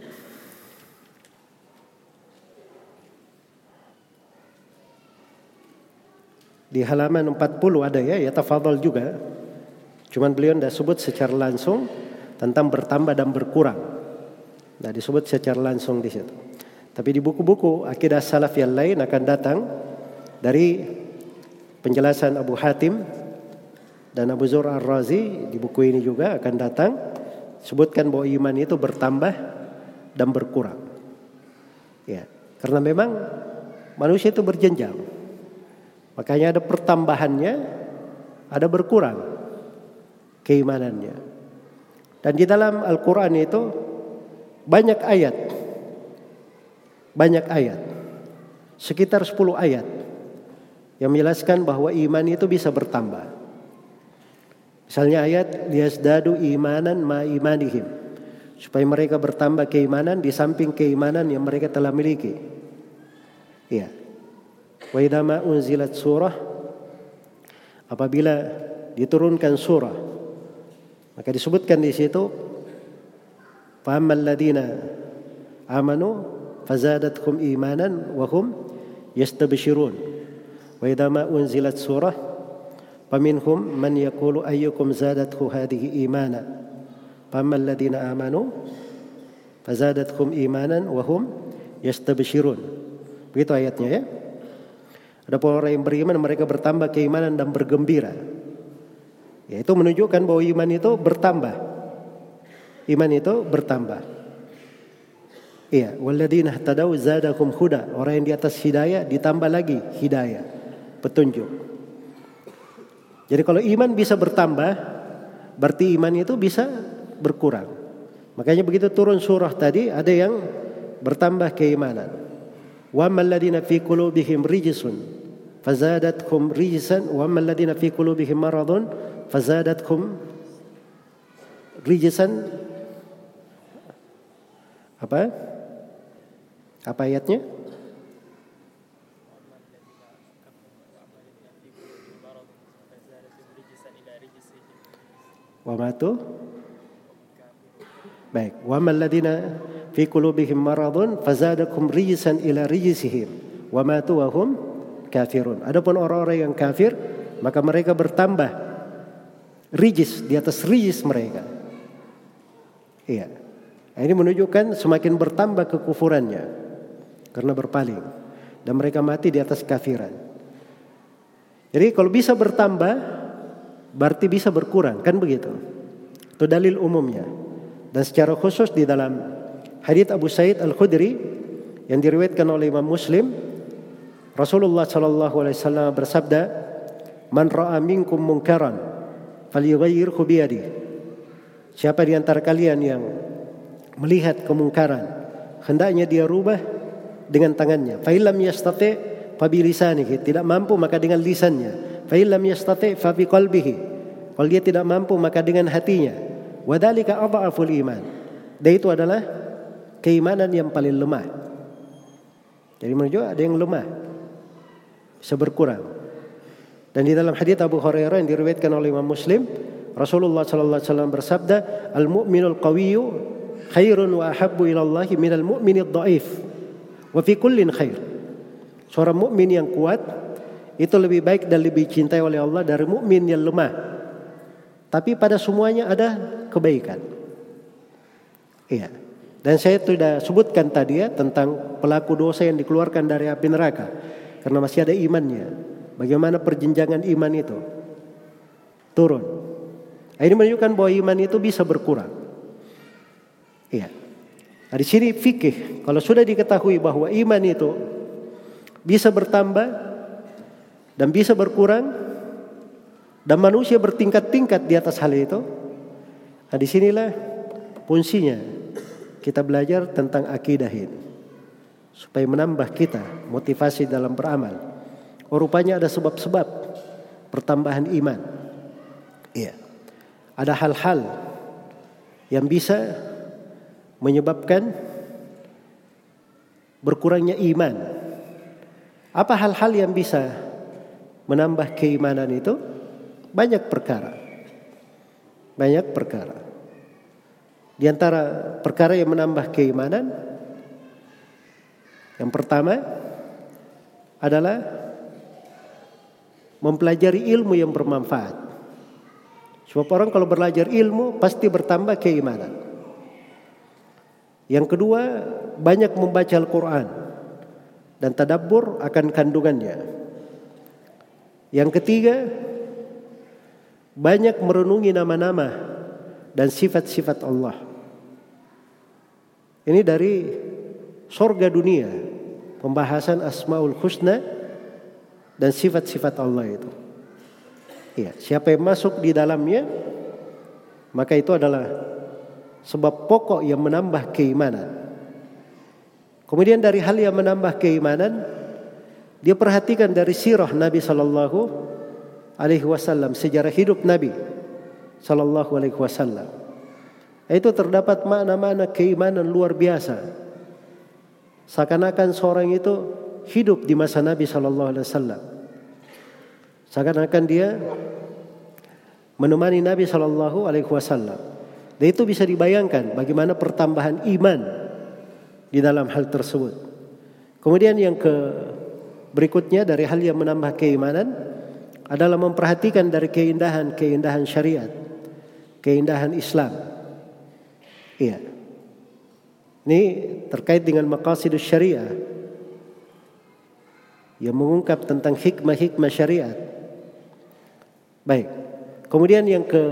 Di halaman empat puluh ada ya, ya tafadhol juga. Cuman beliau tidak sebut secara langsung tentang bertambah dan berkurang. Nah, disebut secara langsung di situ. Tapi di buku-buku akidah salaf yang lain akan datang dari penjelasan Abu Hatim dan Abu Zur Ar-Razi. Di buku ini juga akan datang sebutkan bahwa iman itu bertambah dan berkurang. Ya, karena memang manusia itu berjenjang. Makanya ada pertambahannya, ada berkurang keimanannya. Dan di dalam Al-Quran itu banyak ayat. Banyak ayat. Sekitar sepuluh ayat yang menjelaskan bahwa iman itu bisa bertambah. Misalnya ayat liyazdadu imanan ma imanihim. Supaya mereka bertambah keimanan di samping keimanan yang mereka telah miliki. Iya. Wa idza ma unzilat surah, apabila diturunkan surah, maka disebutkan di situ fa ammal ladina amanu fazadatkum imanan wa hum yastabshirun. Wa idza ma unzilat surah faminhum man yaqulu ayyukum zadathu hadhihi imana. Fa ammal ladina amanu fazadatkum imanan wa hum yastabshirun. Begitu ayatnya ya. Ada orang yang beriman mereka bertambah keimanan dan bergembira. Ya, itu menunjukkan bahwa iman itu bertambah. Iman itu bertambah. Iya, walladzina ihtadaw zadakum huda. Orang yang di atas hidayah ditambah lagi hidayah, petunjuk. Jadi kalau iman bisa bertambah, berarti iman itu bisa berkurang. Makanya begitu turun surah tadi ada yang bertambah keimanan. Wa ammal ladzina fi qulubihim rijsun fazadatkum rijsan wa ammal ladzina fi qulubihim maradun fazadatkum rijsan. Apa? Apa ayatnya? Wa matu. Baik, wa ammal ladzina fi qulubihim maradun fazadakum rijsan ila rijsihim wa matu wa hum kafirun. Adapun orang-orang yang kafir maka mereka bertambah rijis di atas rijis mereka. Iya. Ini menunjukkan semakin bertambah kekufurannya karena berpaling dan mereka mati di atas kafiran. Jadi kalau bisa bertambah berarti bisa berkurang, kan begitu? Itu dalil umumnya. Dan secara khusus di dalam hadits Abu Sa'id Al-Khudri yang diriwayatkan oleh Imam Muslim, Rasulullah sallallahu alaihi wasallam bersabda, "Man ra'a minkum munkaran falyughayyirhu bi yadihi." Siapa di antara kalian yang melihat kemungkaran, hendaknya dia rubah dengan tangannya. Fa illam yastati fa bi lisanihi, tidak mampu maka dengan lisannya. Fa illam yastati fa bi qalbihi, kalau dia tidak mampu maka dengan hatinya. Wa dzalika adhaful iman. Dan itu adalah keimanan yang paling lemah. Jadi menunjukkan ada yang lemah, bisa berkurang. Dan di dalam hadits Abu Hurairah yang diriwayatkan oleh Imam Muslim, Rasulullah sallallahu alaihi wasallam bersabda, "Al-mu'minul qawiyyu khairun wa ahabbu ila Allah minal mu'minid dhaif. Wa fi kullin khair." Seorang mukmin yang kuat itu lebih baik dan lebih cintai oleh Allah dari mukmin yang lemah. Tapi pada semuanya ada kebaikan. Iya. Dan saya sudah sebutkan tadi ya tentang pelaku dosa yang dikeluarkan dari api neraka karena masih ada imannya. Bagaimana perjenjangan iman itu turun. Ini menunjukkan bahwa iman itu bisa berkurang. Iya. Nah, di sini fikih, kalau sudah diketahui bahwa iman itu bisa bertambah dan bisa berkurang dan manusia bertingkat-tingkat di atas hal itu, nah disinilah fungsinya kita belajar tentang akidah ini supaya menambah kita motivasi dalam beramal. Oh, rupanya ada sebab-sebab pertambahan iman. Iya. Ada hal-hal yang bisa menyebabkan berkurangnya iman. Apa hal-hal yang bisa menambah keimanan itu? Banyak perkara. Banyak perkara. Di antara perkara yang menambah keimanan, yang pertama adalah mempelajari ilmu yang bermanfaat. Sebab orang kalau belajar ilmu pasti bertambah keimanan. Yang kedua, banyak membaca Al-Quran dan tadabbur akan kandungannya. Yang ketiga, banyak merenungi nama-nama dan sifat-sifat Allah. Ini dari surga dunia, pembahasan Asmaul Husna dan sifat-sifat Allah itu. Ya, siapa yang masuk di dalamnya, maka itu adalah sebab pokok yang menambah keimanan. Kemudian dari hal yang menambah keimanan, dia perhatikan dari sirah Nabi Sallallahu Alaihi Wasallam, sejarah hidup Nabi Sallallahu Alaihi Wasallam. Itu terdapat makna-makna keimanan luar biasa. Seakan-akan seorang itu hidup di masa Nabi Sallallahu Alaihi Wasallam. Seakan-akan dia menemani Nabi Sallallahu Alaihi Wasallam. Dan itu bisa dibayangkan bagaimana pertambahan iman di dalam hal tersebut. Kemudian yang ke berikutnya dari hal yang menambah keimanan adalah memperhatikan dari keindahan-keindahan syariat, keindahan Islam. Iya. Ini terkait dengan maqasidus syariah yang mengungkap tentang hikmah-hikmah syariat. Baik. Kemudian yang ke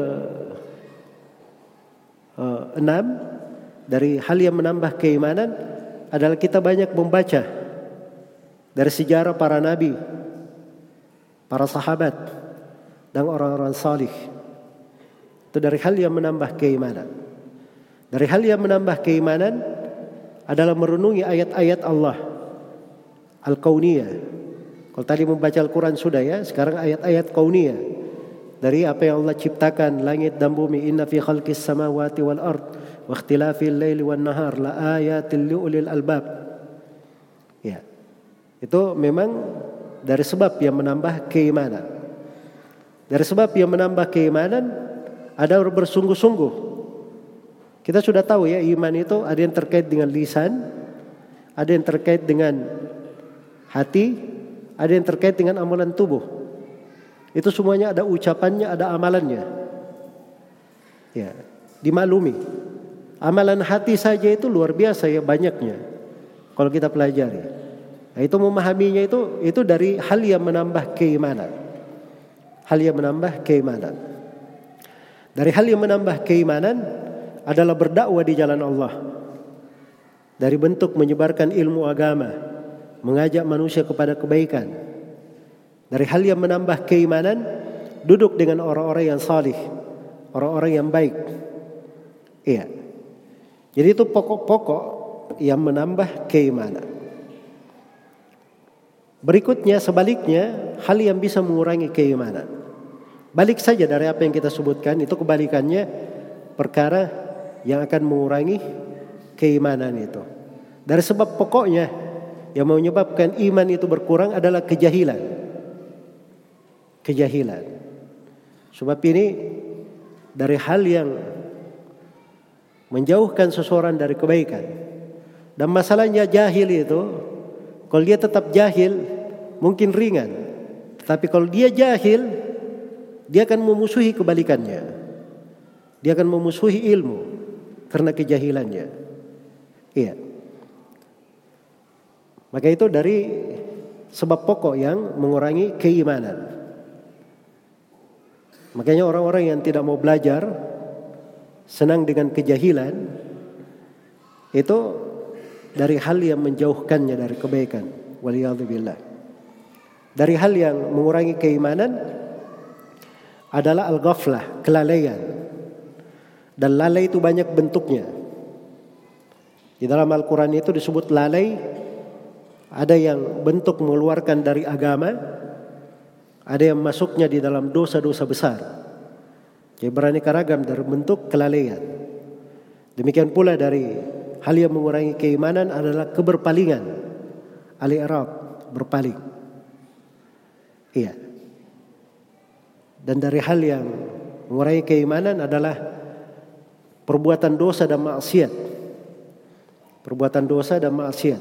uh, enam dari hal yang menambah keimanan adalah kita banyak membaca dari sejarah para nabi, para sahabat dan orang-orang salih. Itu dari hal yang menambah keimanan. Dari hal yang menambah keimanan adalah merenungi ayat-ayat Allah Al-Kauniyah. Kalau tadi membaca Al-Quran sudah ya, sekarang ayat-ayat Kauniyah. Dari apa yang Allah ciptakan langit dan bumi, inna fi khalqis samawati wal ard wa ikhtilafil laili wan nahar la ayatil liulil albab. Ya. Itu memang dari sebab yang menambah keimanan. Dari sebab yang menambah keimanan ada bersungguh-sungguh. Kita sudah tahu ya, iman itu ada yang terkait dengan lisan, ada yang terkait dengan hati, ada yang terkait dengan amalan tubuh. Itu semuanya ada ucapannya, ada amalannya. Ya, dimaklumi. Amalan hati saja itu luar biasa ya banyaknya. Kalau kita pelajari. Nah, itu memahaminya itu itu dari hal yang menambah keimanan. Hal yang menambah keimanan. Dari hal yang menambah keimanan adalah berdakwah di jalan Allah. Dari bentuk menyebarkan ilmu agama, mengajak manusia kepada kebaikan. Dari hal yang menambah keimanan, duduk dengan orang-orang yang salih, orang-orang yang baik. Iya. Jadi itu pokok-pokok yang menambah keimanan. Berikutnya, sebaliknya, hal yang bisa mengurangi keimanan. Balik saja dari apa yang kita sebutkan, itu kebalikannya perkara yang akan mengurangi keimanan itu. Dari sebab pokoknya yang menyebabkan iman itu berkurang adalah kejahilan. Kejahilan. Sebab ini dari hal yang menjauhkan seseorang dari kebaikan. Dan masalahnya jahil itu, kalau dia tetap jahil mungkin ringan. Tapi kalau dia jahil, dia akan memusuhi kebalikannya. Dia akan memusuhi ilmu karena kejahilannya. Iya. Maka itu dari sebab pokok yang mengurangi keimanan. Makanya orang-orang yang tidak mau belajar, senang dengan kejahilan, itu dari hal yang menjauhkannya dari kebaikan. Waliyadzubillah. Dari hal yang mengurangi keimanan adalah al-ghaflah, kelalaian. Dan lalai itu banyak bentuknya. Di dalam Al-Quran itu disebut lalai, ada yang bentuk mengeluarkan dari agama, ada yang masuknya di dalam dosa-dosa besar. Jadi beraneka ragam dari bentuk kelalaian. Demikian pula dari hal yang mengurangi keimanan adalah keberpalingan, al-i'rad, berpaling. Iya. Dan dari hal yang mengurangi keimanan adalah perbuatan dosa dan maksiat. Perbuatan dosa dan maksiat.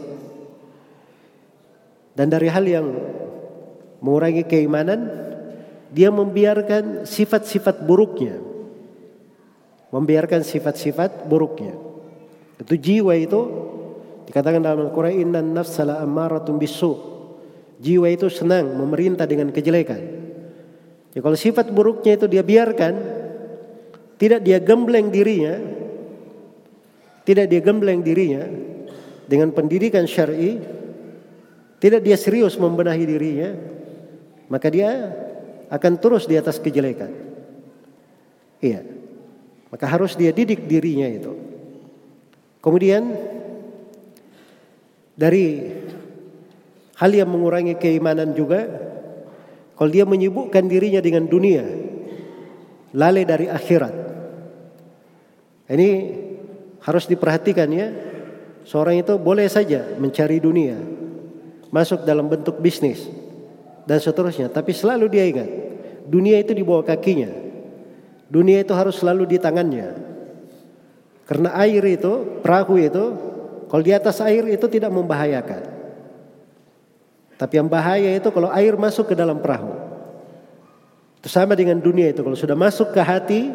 Dan dari hal yang mengurangi keimanan, dia membiarkan sifat-sifat buruknya. Membiarkan sifat-sifat buruknya. Itu jiwa itu dikatakan dalam Al-Quran, innan nafsa la ammaratun bisu. Jiwa itu senang memerintah dengan kejelekan. Ya, kalau sifat buruknya itu dia biarkan, tidak dia gembleng dirinya, tidak dia gembleng dirinya dengan pendidikan syar'i, tidak dia serius membenahi dirinya, maka dia akan terus di atas kejelekan. Iya. Maka harus dia didik dirinya itu. Kemudian dari hal yang mengurangi keimanan juga, kalau dia menyibukkan dirinya dengan dunia, lalai dari akhirat. Ini harus diperhatikan ya. Seorang itu boleh saja mencari dunia, masuk dalam bentuk bisnis dan seterusnya, tapi selalu dia ingat, dunia itu di bawah kakinya. Dunia itu harus selalu di tangannya. Karena air itu, perahu itu, kalau di atas air itu tidak membahayakan. Tapi yang bahaya itu kalau air masuk ke dalam perahu. Itu sama dengan dunia itu, kalau sudah masuk ke hati,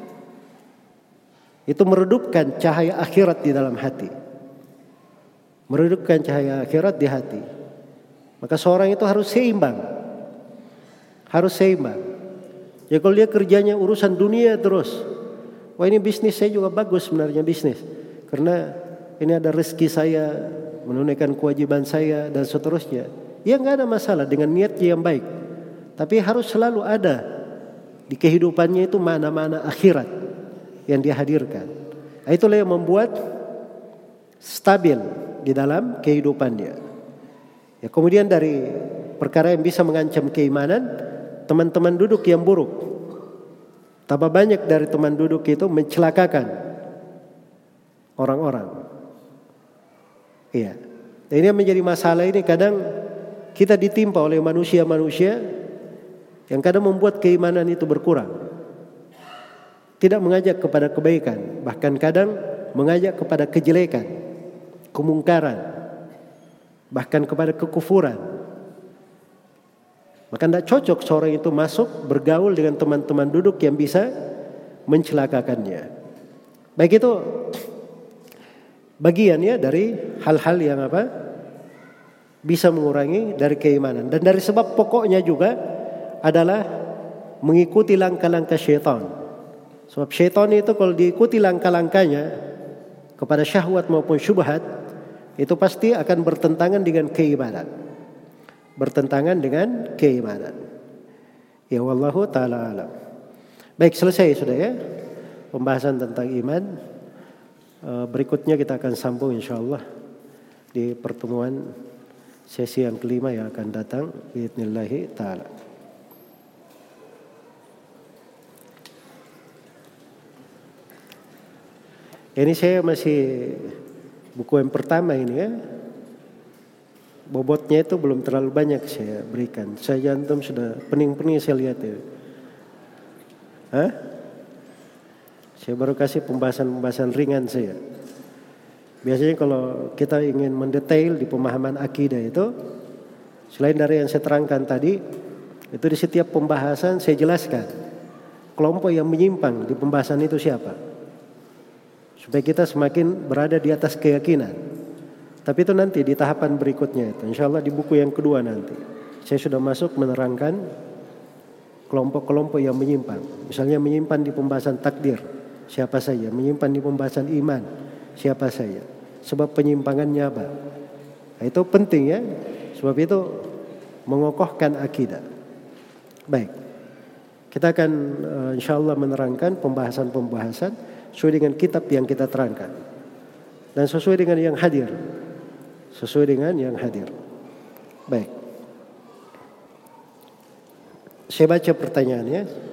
itu meredupkan cahaya akhirat di dalam hati. Meredupkan cahaya akhirat di hati. Maka seorang itu harus seimbang. Harus seimbang. Ya kalau dia kerjanya urusan dunia terus, wah ini bisnis saya juga bagus sebenarnya bisnis, karena ini ada rezeki saya, menunaikan kewajiban saya dan seterusnya. Ya nggak ada masalah dengan niatnya yang baik, tapi harus selalu ada di kehidupannya itu mana-mana akhirat yang dia hadirkan. Nah, itulah yang membuat stabil di dalam kehidupannya. Ya kemudian dari perkara yang bisa mengancam keimanan, teman-teman duduk yang buruk. Tambah banyak dari teman duduk itu mencelakakan orang-orang. Iya. Dan ini menjadi masalah ini kadang kita ditimpa oleh manusia-manusia yang kadang membuat keimanan itu berkurang. Tidak mengajak kepada kebaikan, bahkan kadang mengajak kepada kejelekan, kemungkaran, bahkan kepada kekufuran. Maka tidak cocok seorang itu masuk bergaul dengan teman-teman duduk yang bisa mencelakakannya. Baik itu bagiannya dari hal-hal yang apa bisa mengurangi dari keimanan. Dan dari sebab pokoknya juga adalah mengikuti langkah-langkah syaitan. Sebab syaitan itu kalau diikuti langkah-langkahnya kepada syahwat maupun syubhat, itu pasti akan bertentangan dengan keimanan. Bertentangan dengan keimanan. Ya wallahu ta'ala alam. Baik, selesai sudah ya pembahasan tentang iman. Berikutnya kita akan sambung insyaallah di pertemuan sesi yang kelima yang akan datang biidznillah ta'ala. Ini saya masih buku yang pertama ini ya. Bobotnya itu belum terlalu banyak saya berikan. Saya jantung sudah pening-pening saya lihat ya. Hah? Saya baru kasih pembahasan-pembahasan ringan saja. Biasanya kalau kita ingin mendetail di pemahaman akidah itu, selain dari yang saya terangkan tadi, itu di setiap pembahasan saya jelaskan kelompok yang menyimpang di pembahasan itu siapa, supaya kita semakin berada di atas keyakinan. Tapi itu nanti di tahapan berikutnya itu, insya Allah di buku yang kedua nanti saya sudah masuk menerangkan kelompok-kelompok yang menyimpang. Misalnya menyimpan di pembahasan takdir, siapa saja. Menyimpan di pembahasan iman, siapa saja. Sebab penyimpangannya apa. Nah, itu penting ya. Sebab itu mengokohkan akidah. Baik. Kita akan uh, insya Allah menerangkan pembahasan-pembahasan sesuai dengan kitab yang kita terangkan. Dan sesuai dengan yang hadir. Sesuai dengan yang hadir. Baik. Saya baca pertanyaannya.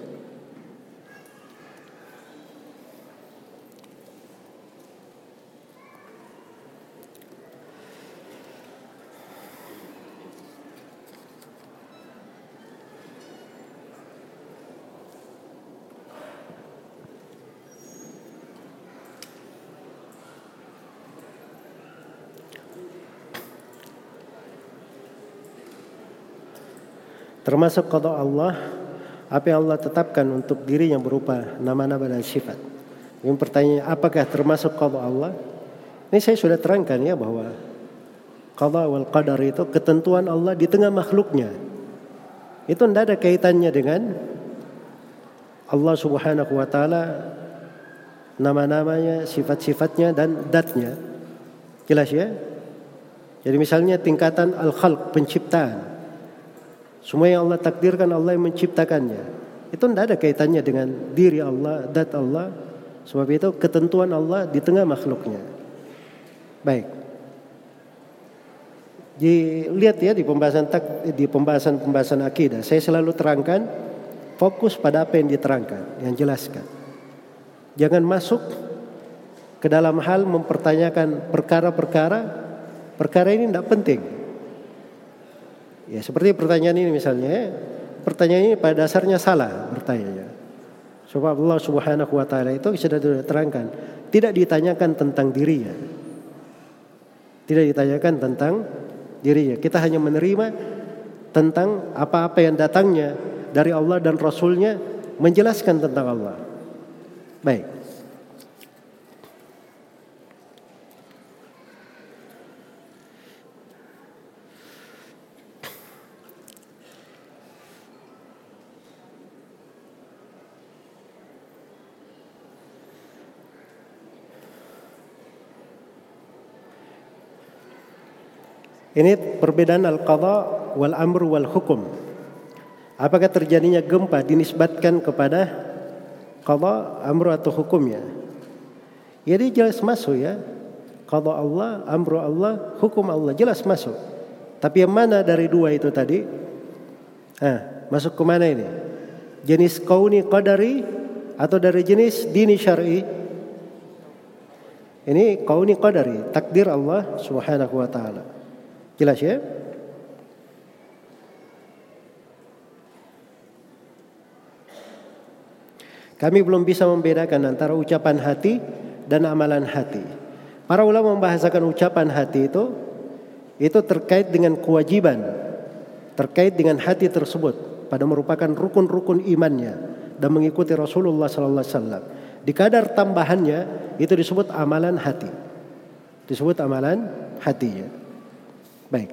Termasuk qada Allah, apa yang Allah tetapkan untuk diri yang berupa nama-nama dan sifat. Yang pertanyaan, apakah termasuk qada Allah? Ini saya sudah terangkan ya bahwa qada wal qadar itu ketentuan Allah di tengah makhluknya. Itu tidak ada kaitannya dengan Allah Subhanahu wa taala, nama-namanya, sifat-sifatnya dan datnya. Jelas ya? Jadi misalnya tingkatan al-khalq, penciptaan. Semua yang Allah takdirkan, Allah yang menciptakannya. Itu tidak ada kaitannya dengan diri Allah, dat Allah. Sebab itu ketentuan Allah di tengah makhluknya. Baik. Dilihat ya di pembahasan di pembahasan-pembahasan akidah, saya selalu terangkan fokus pada apa yang diterangkan, yang jelaskan. Jangan masuk ke dalam hal mempertanyakan perkara-perkara, perkara ini tidak penting. Ya seperti pertanyaan ini misalnya, pertanyaan ini pada dasarnya salah bertanya. Sebab Allah Subhanahu wa taala itu sudah diterangkan, tidak ditanyakan tentang dirinya. Tidak ditanyakan tentang dirinya. Kita hanya menerima tentang apa-apa yang datangnya dari Allah dan Rasulnya menjelaskan tentang Allah. Baik. Ini perbedaan al-qadha wal amr wal hukum. Apakah terjadinya gempa dinisbatkan kepada qadha, amr atau hukumnya? Jadi jelas masuk ya. Qadha Allah, amru Allah, hukum Allah jelas masuk. Tapi yang mana dari dua itu tadi? Ah, masuk ke mana ini? Jenis kauni qadari atau dari jenis dini syar'i? Ini kauni qadari, takdir Allah Subhanahu wa taala. Jelas ya? Kami belum bisa membedakan antara ucapan hati dan amalan hati. Para ulama membahasakan ucapan hati itu itu terkait dengan kewajiban, terkait dengan hati tersebut pada merupakan rukun-rukun imannya dan mengikuti Rasulullah sallallahu alaihi wasallam. Di kadar tambahannya itu disebut amalan hati. Disebut amalan hatinya. Baik.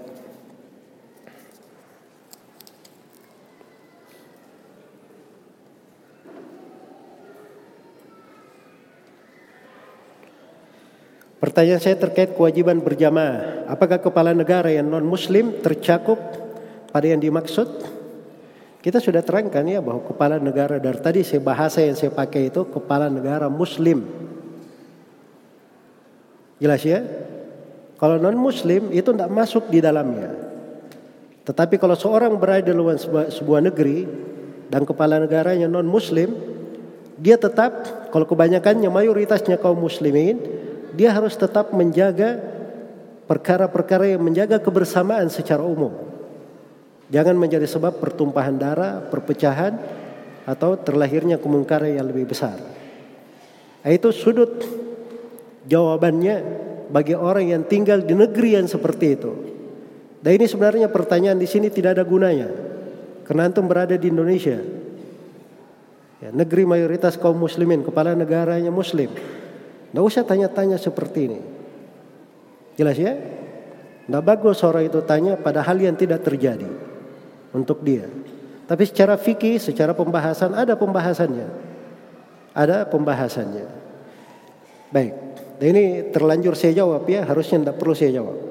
Pertanyaan saya terkait kewajiban berjamaah. Apakah kepala negara yang non-muslim tercakup pada yang dimaksud? Kita sudah terangkan ya bahwa kepala negara dari tadi saya bahasa yang saya pakai itu kepala negara muslim. Jelas ya? Kalau non-muslim itu tidak masuk di dalamnya. Tetapi kalau seorang berada di luar sebuah, sebuah negeri dan kepala negaranya non-muslim, dia tetap, kalau kebanyakannya mayoritasnya kaum muslimin, dia harus tetap menjaga perkara-perkara yang menjaga kebersamaan secara umum. Jangan menjadi sebab pertumpahan darah, perpecahan, atau terlahirnya kemungkaran yang lebih besar. Itu sudut jawabannya bagi orang yang tinggal di negeri yang seperti itu. Dan ini sebenarnya pertanyaan di sini tidak ada gunanya, karena antum berada di Indonesia, ya, negeri mayoritas kaum muslimin, kepala negaranya muslim. Nggak usah tanya-tanya seperti ini. Jelas ya? Nggak bagus orang itu tanya pada hal yang tidak terjadi untuk dia. Tapi secara fikih, secara pembahasan ada pembahasannya, ada pembahasannya. Baik, dan ini terlanjur saya jawab ya, harusnya tidak perlu saya jawab.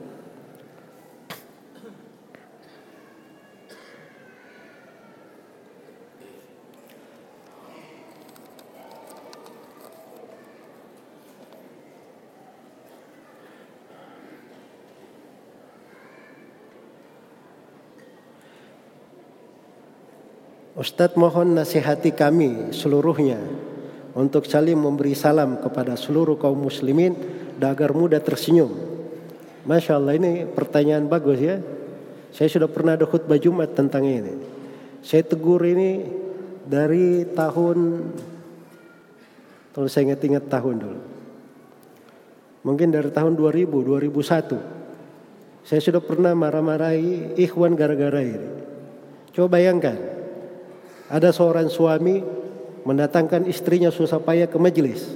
Ustadz, mohon nasihati kami seluruhnya untuk saling memberi salam kepada seluruh kaum muslimin agar mudah tersenyum. Masya Allah, ini pertanyaan bagus ya. Saya sudah pernah ada khutbah Jumat tentang ini. Saya tegur ini dari tahun, kalau saya ingat-ingat tahun dulu, mungkin dari tahun dua ribu, dua ribu satu. Saya sudah pernah marah-marahi ikhwan gara-gara ini. Coba bayangkan, ada seorang suami mendatangkan istrinya susah payah ke majelis,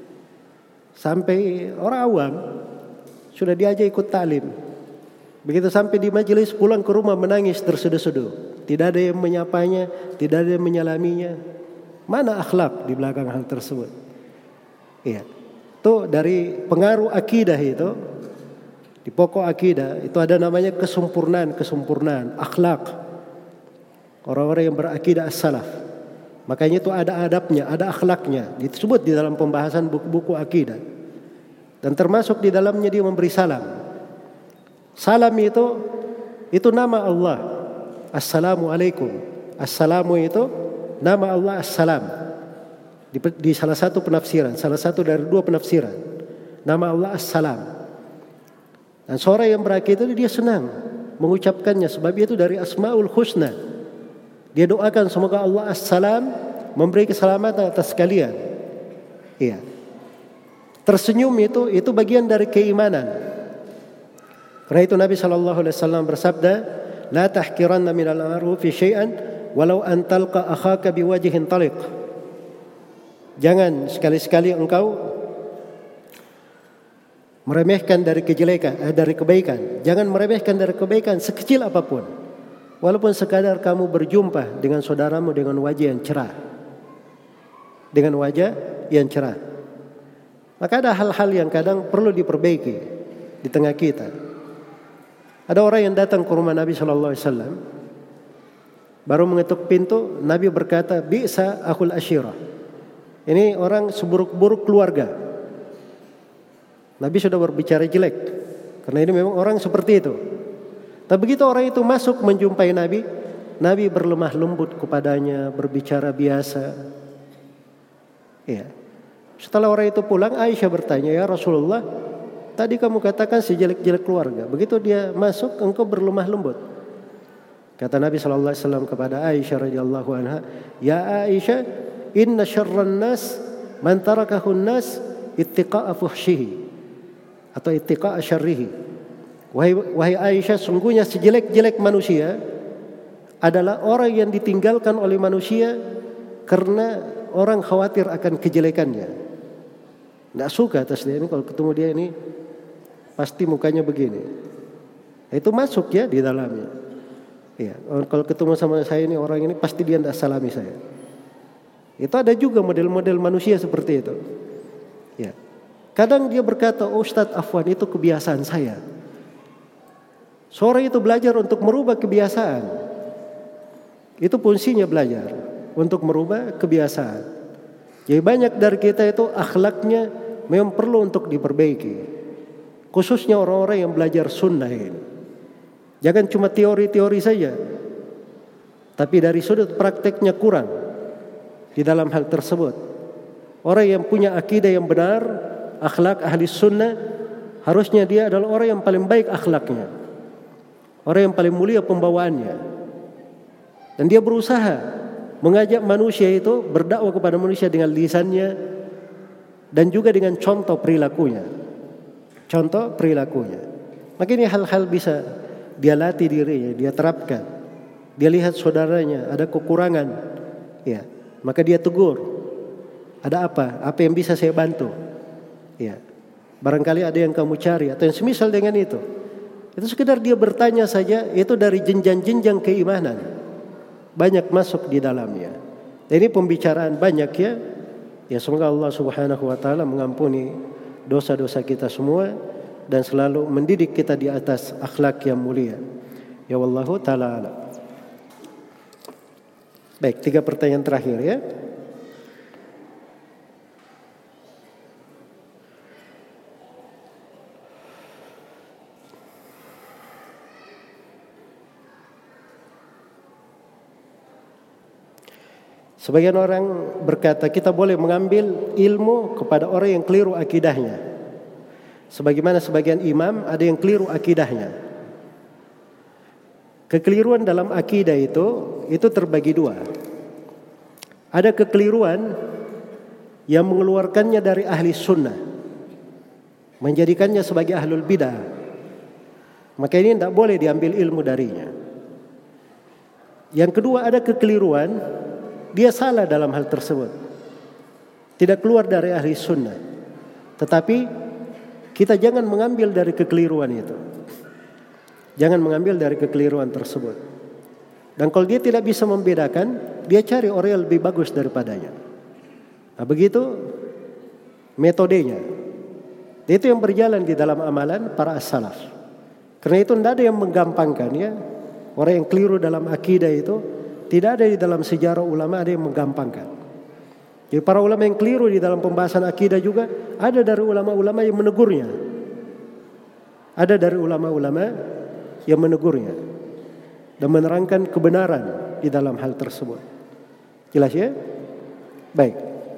sampai orang awam sudah diajak ikut taklim. Begitu sampai di majelis, pulang ke rumah menangis terseduh-seduh. Tidak ada yang menyapanya, tidak ada yang menyalaminya. Mana akhlak di belakang hal tersebut? Iya, itu dari pengaruh akidah itu. Di pokok akidah itu ada namanya kesempurnaan, kesempurnaan akhlak. Orang-orang yang berakidah as-salaf. Makanya itu ada adabnya, ada akhlaknya. Disebut di dalam pembahasan buku-buku akidah. Dan termasuk di dalamnya dia memberi salam. Salam itu itu nama Allah. Assalamualaikum. Assalamu itu nama Allah as-salam. Di, di salah satu penafsiran, salah satu dari dua penafsiran. Nama Allah as-salam. Dan seorang yang berakidah itu dia senang mengucapkannya, sebab itu dari Asmaul Husna. Dia doakan semoga Allah as-salam memberi keselamatan atas kalian. Iya. Tersenyum itu itu bagian dari keimanan. Karena itu Nabi sallallahu alaihi wasallam bersabda, "La tahqiranna minal ma'rufi syai'an walau an talqa akhaka biwajhin taliq." Jangan sekali-sekali engkau meremehkan dari kejelekan, eh, dari kebaikan. Jangan meremehkan dari kebaikan sekecil apapun. Walaupun sekadar kamu berjumpa dengan saudaramu dengan wajah yang cerah. Dengan wajah yang cerah. Maka ada hal-hal yang kadang perlu diperbaiki di tengah kita. Ada orang yang datang ke rumah Nabi shallallahu alaihi wasallam. Baru mengetuk pintu, Nabi berkata, "Bi'sa akhul ashirah." Ini orang seburuk-buruk keluarga. Nabi sudah berbicara jelek. Karena ini memang orang seperti itu. Tapi begitu orang itu masuk menjumpai Nabi, Nabi berlemah lembut kepadanya, berbicara biasa. Ya. Setelah orang itu pulang, Aisyah bertanya, "Ya Rasulullah, tadi kamu katakan si jelek-jelek keluarga. Begitu dia masuk, engkau berlemah lembut." Kata Nabi sallallahu alaihi wasallam kepada Aisyah radhiyallahu anha, "Ya Aisyah, inna syarran nas man tarakahun nas ittiqa'a fuhshihi atau ittiqa'a syarrihi." Wahai, wahai Aisyah, sungguhnya sejelek-jelek manusia adalah orang yang ditinggalkan oleh manusia karena orang khawatir akan kejelekannya. Nggak suka atas dia ini, kalau ketemu dia ini pasti mukanya begini. Itu masuk ya di dalamnya. Ya, kalau ketemu sama saya ini orang ini pasti dia nggak salami saya. Itu ada juga model-model manusia seperti itu. Ya. Kadang dia berkata, "Oh Ustadz, afwan, itu kebiasaan saya." Seorang itu belajar untuk merubah kebiasaan. Itu fungsinya belajar untuk merubah kebiasaan. Jadi banyak dari kita itu akhlaknya memang perlu untuk diperbaiki. Khususnya orang-orang yang belajar sunnah ini. Jangan cuma teori-teori saja, tapi dari sudut prakteknya kurang di dalam hal tersebut. Orang yang punya akidah yang benar, akhlak ahli sunnah, harusnya dia adalah orang yang paling baik akhlaknya. Orang yang paling mulia pembawaannya. Dan dia berusaha mengajak manusia itu berdakwah kepada manusia dengan lisannya, dan juga dengan contoh perilakunya. Contoh perilakunya. Maka ini hal-hal bisa dia latih dirinya, dia terapkan. Dia lihat saudaranya ada kekurangan, ya, maka dia tegur. Ada apa? Apa yang bisa saya bantu? Ya. Barangkali ada yang kamu cari atau yang semisal dengan itu. Itu sekedar dia bertanya saja, itu dari jenjang-jenjang keimanan. Banyak masuk di dalamnya. Dan ini pembicaraan banyak ya. Ya semoga Allah Subhanahu wa taala mengampuni dosa-dosa kita semua dan selalu mendidik kita di atas akhlak yang mulia. Ya wallahu taala alam. Baik, tiga pertanyaan terakhir ya. Sebagian orang berkata kita boleh mengambil ilmu kepada orang yang keliru akidahnya. Sebagaimana sebagian imam ada yang keliru akidahnya. Kekeliruan dalam akidah itu itu terbagi dua. Ada kekeliruan yang mengeluarkannya dari ahli sunnah, menjadikannya sebagai ahlul bidah. Maka ini tidak boleh diambil ilmu darinya. Yang kedua ada kekeliruan, dia salah dalam hal tersebut, tidak keluar dari ahli sunnah, tetapi kita jangan mengambil dari kekeliruan itu. Jangan mengambil dari kekeliruan tersebut. Dan kalau dia tidak bisa membedakan, dia cari orang yang lebih bagus daripadanya. Nah, begitu metodenya. Itu yang berjalan di dalam amalan para as-salaf. Karena itu tidak ada yang menggampangkan ya. Orang yang keliru dalam akidah itu tidak ada di dalam sejarah ulama ada yang menggampangkan. Jadi para ulama yang keliru di dalam pembahasan akidah juga ada dari ulama-ulama yang menegurnya. Ada dari ulama-ulama yang menegurnya dan menerangkan kebenaran di dalam hal tersebut. Jelas ya? Baik.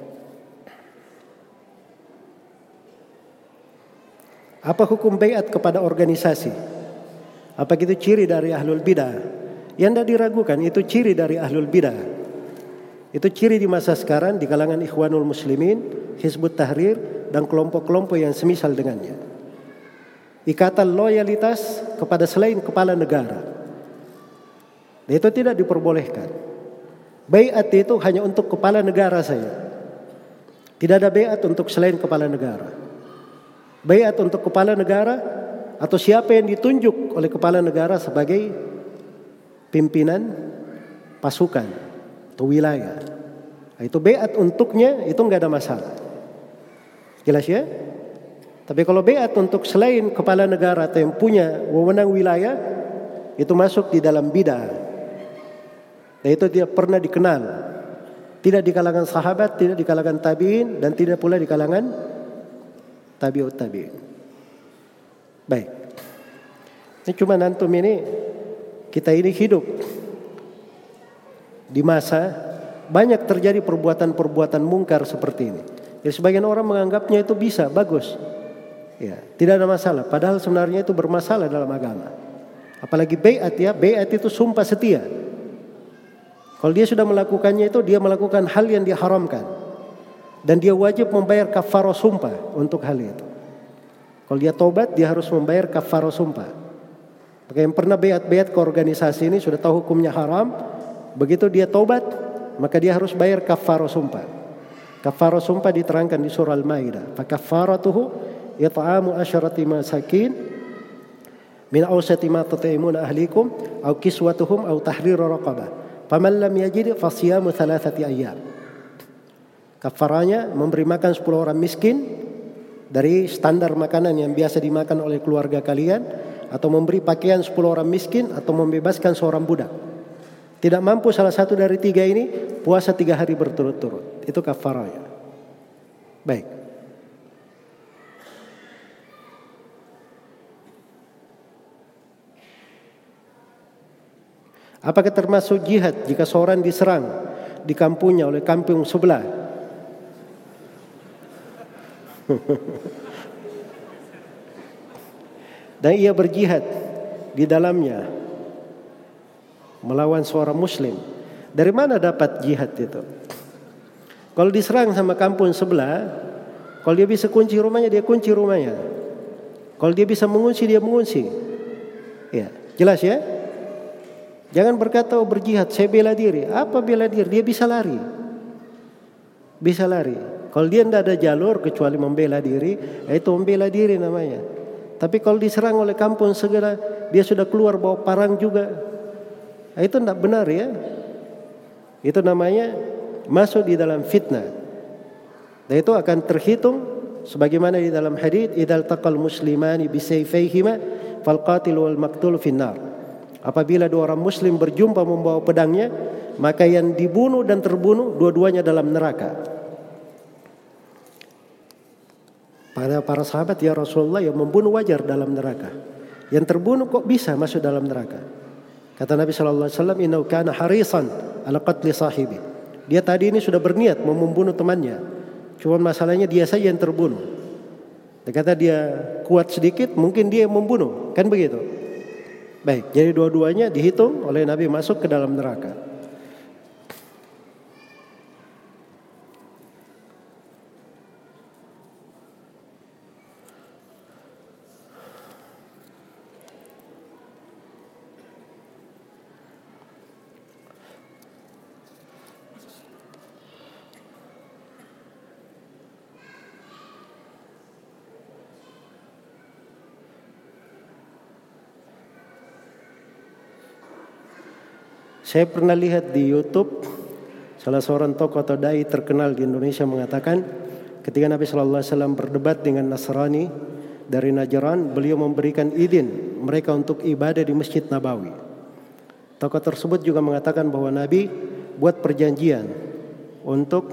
Apa hukum baiat kepada organisasi? Apa itu ciri dari ahlul bidah? Yang tidak diragukan itu ciri dari ahlul bidah. Itu ciri di masa sekarang di kalangan Ikhwanul Muslimin, Hizbut Tahrir dan kelompok-kelompok yang semisal dengannya. Ikatan loyalitas kepada selain kepala negara. Itu tidak diperbolehkan. Baiat itu hanya untuk kepala negara saja. Tidak ada baiat untuk selain kepala negara. Baiat untuk kepala negara atau siapa yang ditunjuk oleh kepala negara sebagai pimpinan pasukan atau wilayah. Itu baiat untuknya itu enggak ada masalah. Jelas ya? Tapi kalau baiat untuk selain kepala negara atau yang punya wewenang wilayah itu masuk di dalam bidah. Dan itu tidak pernah dikenal. Tidak di kalangan sahabat, tidak di kalangan tabi'in dan tidak pula di kalangan tabi'ut tabi'in. Baik. Ini cuma antum ini kita ini hidup di masa banyak terjadi perbuatan-perbuatan mungkar seperti ini. Jadi sebagian orang menganggapnya itu bisa, bagus. Ya, tidak ada masalah. Padahal sebenarnya itu bermasalah dalam agama. Apalagi baiat ya, baiat itu sumpah setia. Kalau dia sudah melakukannya itu dia melakukan hal yang diharamkan dan dia wajib membayar kafarah sumpah untuk hal itu. Kalau dia tobat dia harus membayar kafarah sumpah. Maka yang pernah baiat-baiat ke organisasi ini sudah tahu hukumnya haram, begitu dia tobat maka dia harus bayar kafarah sumpah. Kafarah sumpah diterangkan di surah Al-Maidah. Fa kafaratuhu it'amu asyrati masakin min awsati ma tut'imuna ahlikum aw kiswatuhum aw tahriru raqabah. Faman lam yajid fasiyamu thalathati ayyam. Kafaranya memberi makan sepuluh orang miskin dari standar makanan yang biasa dimakan oleh keluarga kalian, atau memberi pakaian sepuluh orang miskin, atau membebaskan seorang budak. Tidak mampu salah satu dari tiga ini, puasa tiga hari berturut-turut. Itu kafaranya. Baik. Apakah termasuk jihad jika seorang diserang di kampungnya oleh kampung sebelah? Dan ia berjihad di dalamnya melawan seorang muslim. Dari mana dapat jihad itu? Kalau diserang sama kampung sebelah, Kalau dia bisa kunci rumahnya, dia kunci rumahnya. Kalau dia bisa mengungsi, dia mengungsi. Ya, jelas ya? Jangan berkata oh berjihad, saya bela diri. Apa bela diri? Dia bisa lari. Bisa lari. Kalau dia tidak ada jalur kecuali membela diri, itu membela diri namanya. Tapi kalau diserang oleh kampung segera, dia sudah keluar bawa parang juga. Itu tidak benar ya. Itu namanya masuk di dalam fitnah. Dan itu akan terhitung sebagaimana di dalam hadits, idzal taqal muslimani bisayfayhima fal qatil wal maqtul finnar. Apabila dua orang muslim berjumpa membawa pedangnya, maka yang dibunuh dan terbunuh dua-duanya dalam neraka. Pada para sahabat, ya Rasulullah, yang membunuh wajar dalam neraka, yang terbunuh kok bisa masuk dalam neraka? Kata Nabi sallallahu alaihi wasallam, innahu kana harisan ala qatli sahibi. Dia tadi ini sudah berniat mau membunuh temannya. Cuma masalahnya dia saja yang terbunuh. Dia kata dia kuat sedikit, mungkin dia yang membunuh. Kan begitu? Baik, jadi dua-duanya dihitung oleh Nabi masuk ke dalam neraka. Saya pernah lihat di YouTube salah seorang tokoh atau dai terkenal di Indonesia mengatakan ketika Nabi Shallallahu Alaihi Wasallam berdebat dengan Nasrani dari Najran, beliau memberikan izin mereka untuk ibadah di Masjid Nabawi. Tokoh tersebut juga mengatakan bahwa Nabi buat perjanjian untuk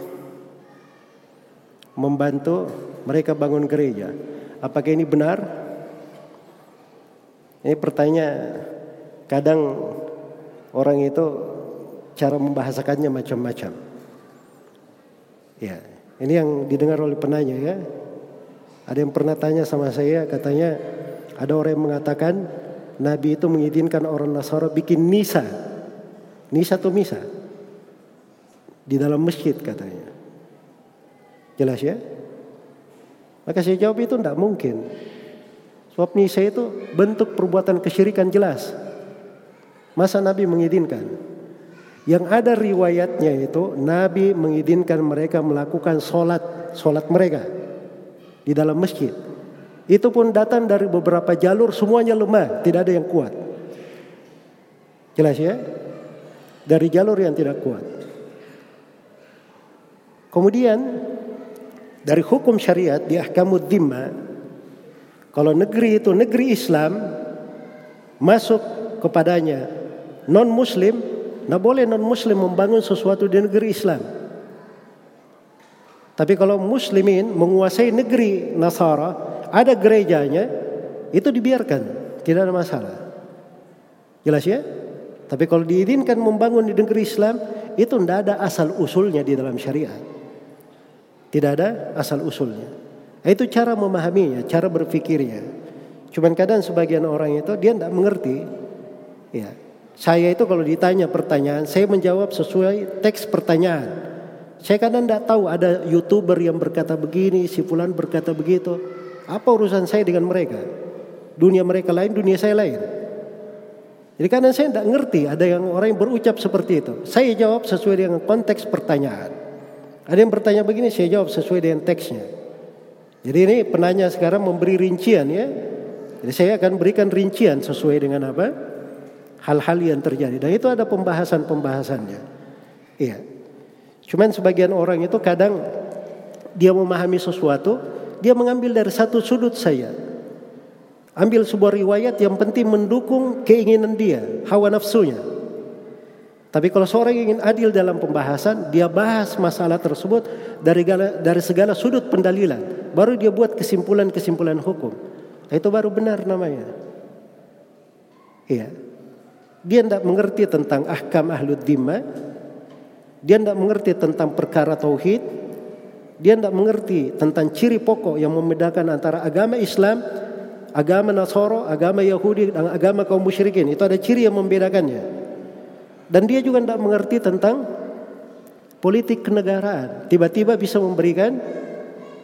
membantu mereka bangun gereja. Apakah ini benar? Ini pertanyaan. Kadang orang itu cara membahasakannya macam-macam. Ya, ini yang didengar oleh penanya ya. Ada yang pernah tanya sama saya, katanya ada orang yang mengatakan Nabi itu mengizinkan orang Nasara bikin nisa. Nisa atau misa di dalam masjid katanya. Jelas ya? Maka saya jawab itu tidak mungkin. Sebab nisa itu bentuk perbuatan kesyirikan jelas. Masa Nabi mengizinkan? Yang ada riwayatnya itu Nabi mengizinkan mereka melakukan solat, solat mereka di dalam masjid. Itu pun datang dari beberapa jalur, semuanya lemah, tidak ada yang kuat. Jelas ya? Dari jalur yang tidak kuat. Kemudian dari hukum syariat di ahkamud dhimma, kalau negeri itu negeri Islam, masuk kepadanya non-muslim, tidak boleh non-muslim membangun sesuatu di negeri Islam. Tapi kalau muslimin menguasai negeri Nasara, ada gerejanya, itu dibiarkan, tidak ada masalah. Jelas ya? Tapi kalau diizinkan membangun di negeri Islam, itu tidak ada asal usulnya di dalam syariat. Tidak ada asal usulnya. Itu cara memahaminya, cara berpikirnya. Cuman kadang sebagian orang itu dia tidak mengerti. Ya, saya itu kalau ditanya pertanyaan, saya menjawab sesuai teks pertanyaan. Saya kadang tidak tahu ada YouTuber yang berkata begini, si fulan berkata begitu. Apa urusan saya dengan mereka? Dunia mereka lain, dunia saya lain. Jadi kadang saya tidak ngerti ada yang orang yang berucap seperti itu. Saya jawab sesuai dengan konteks pertanyaan. Ada yang bertanya begini, saya jawab sesuai dengan teksnya. Jadi ini penanya sekarang memberi rincian ya. Jadi saya akan berikan rincian sesuai dengan apa? Hal-hal yang terjadi. Dan itu ada pembahasan-pembahasannya. Iya. Cuman sebagian orang itu kadang dia memahami sesuatu, dia mengambil dari satu sudut saja. Ambil sebuah riwayat yang penting mendukung keinginan dia, hawa nafsunya. Tapi kalau seorang ingin adil dalam pembahasan, dia bahas masalah tersebut dari dari segala sudut pendalilan. Baru dia buat kesimpulan-kesimpulan hukum. Itu baru benar namanya. Iya. Dia tidak mengerti tentang ahkam ahlud dhimma. Dia tidak mengerti tentang perkara tauhid. Dia tidak mengerti tentang ciri pokok yang membedakan antara agama Islam, agama Nasara, agama Yahudi, dan agama kaum musyrikin. Itu ada ciri yang membedakannya. Dan dia juga tidak mengerti tentang politik kenegaraan. Tiba-tiba bisa memberikan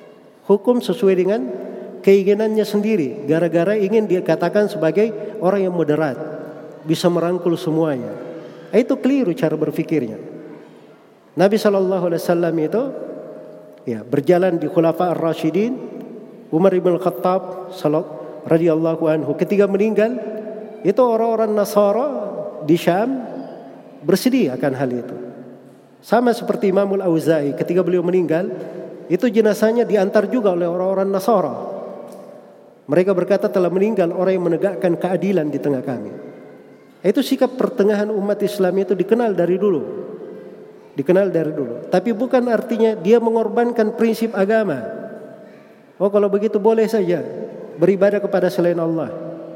hukum sesuai dengan keinginannya sendiri, gara-gara ingin dikatakan sebagai orang yang moderat, bisa merangkul semuanya. Itu keliru cara berpikirnya. Nabi shallallahu alaihi wasallam itu ya berjalan di Khulafa ar-Rasyidin, Umar ibn Khattab radhiyallahu anhu ketika meninggal, itu orang-orang Nasara di Syam bersedih akan hal itu. Sama seperti Imamul Auza'i ketika beliau meninggal, itu jenazahnya diantar juga oleh orang-orang Nasara. Mereka berkata telah meninggal orang yang menegakkan keadilan di tengah kami. Itu sikap pertengahan umat Islam itu dikenal dari dulu. Dikenal dari dulu. Tapi bukan artinya dia mengorbankan prinsip agama. Oh, kalau begitu boleh saja beribadah kepada selain Allah.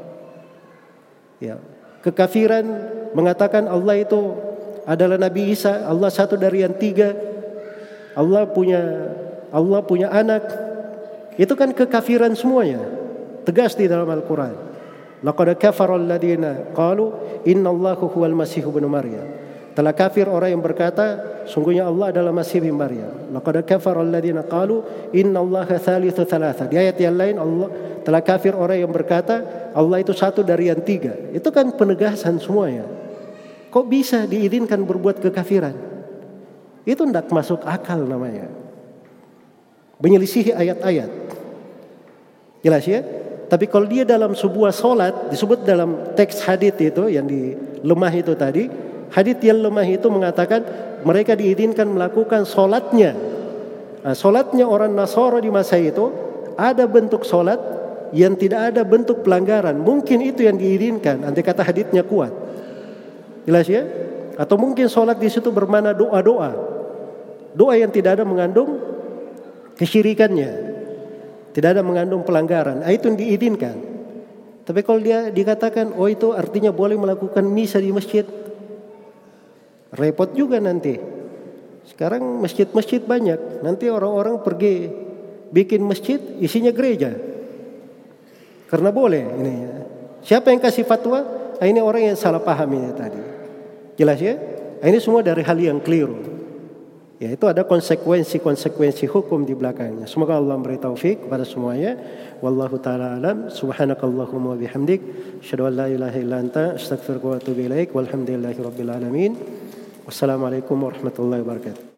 Ya, kekafiran mengatakan Allah itu adalah Nabi Isa, Allah satu dari yang tiga. Allah punya Allah punya anak. Itu kan kekafiran semuanya. Tegas di dalam Al-Quran. Laqad kafara alladziina qalu innallahu huwal masih ibnu Maryam. Telah kafir orang yang berkata sungguhnya Allah adalah Masih bin Maryam. Laqad kafara alladziina qalu innallaha tsalitsu tsalatsa. Di ayat yang lain Allah telah kafir orang yang berkata Allah itu satu dari yang tiga. Itu kan penegasan semuanya. Kok bisa diizinkan berbuat kekafiran? Itu tidak masuk akal namanya. Menyelisihi ayat-ayat. Jelas ya? Tapi kalau dia dalam sebuah solat, disebut dalam teks hadits itu yang di lemah itu tadi, hadits yang lemah itu mengatakan mereka diizinkan melakukan solatnya. Nah, solatnya orang Nasara di masa itu ada bentuk solat yang tidak ada bentuk pelanggaran. Mungkin itu yang diizinkan. Andai kata haditsnya kuat. Jelas ya? Atau mungkin solat di situ bermakna doa-doa, doa yang tidak ada mengandung kesyirikannya. Tidak ada mengandung pelanggaran. Itu yang diizinkan. Tapi kalau dia dikatakan, oh itu artinya boleh melakukan misa di masjid, repot juga nanti. Sekarang masjid-masjid banyak. Nanti orang-orang pergi bikin masjid isinya gereja. Karena boleh ini. Siapa yang kasih fatwa? Nah, ini orang yang salah paham ini tadi. Jelas ya? Nah, ini semua dari hal yang keliru. Ya, itu ada konsekuensi-konsekuensi hukum di belakangnya. Semoga Allah memberi taufik kepada semuanya. Wallahu taala alam. Subhanakallahumma wa bihamdik, asyhadu an la ilaha illa anta, astaghfiruka wa atubu ilaik. Walhamdulillahirabbil alamin. Wassalamualaikum warahmatullahi wabarakatuh.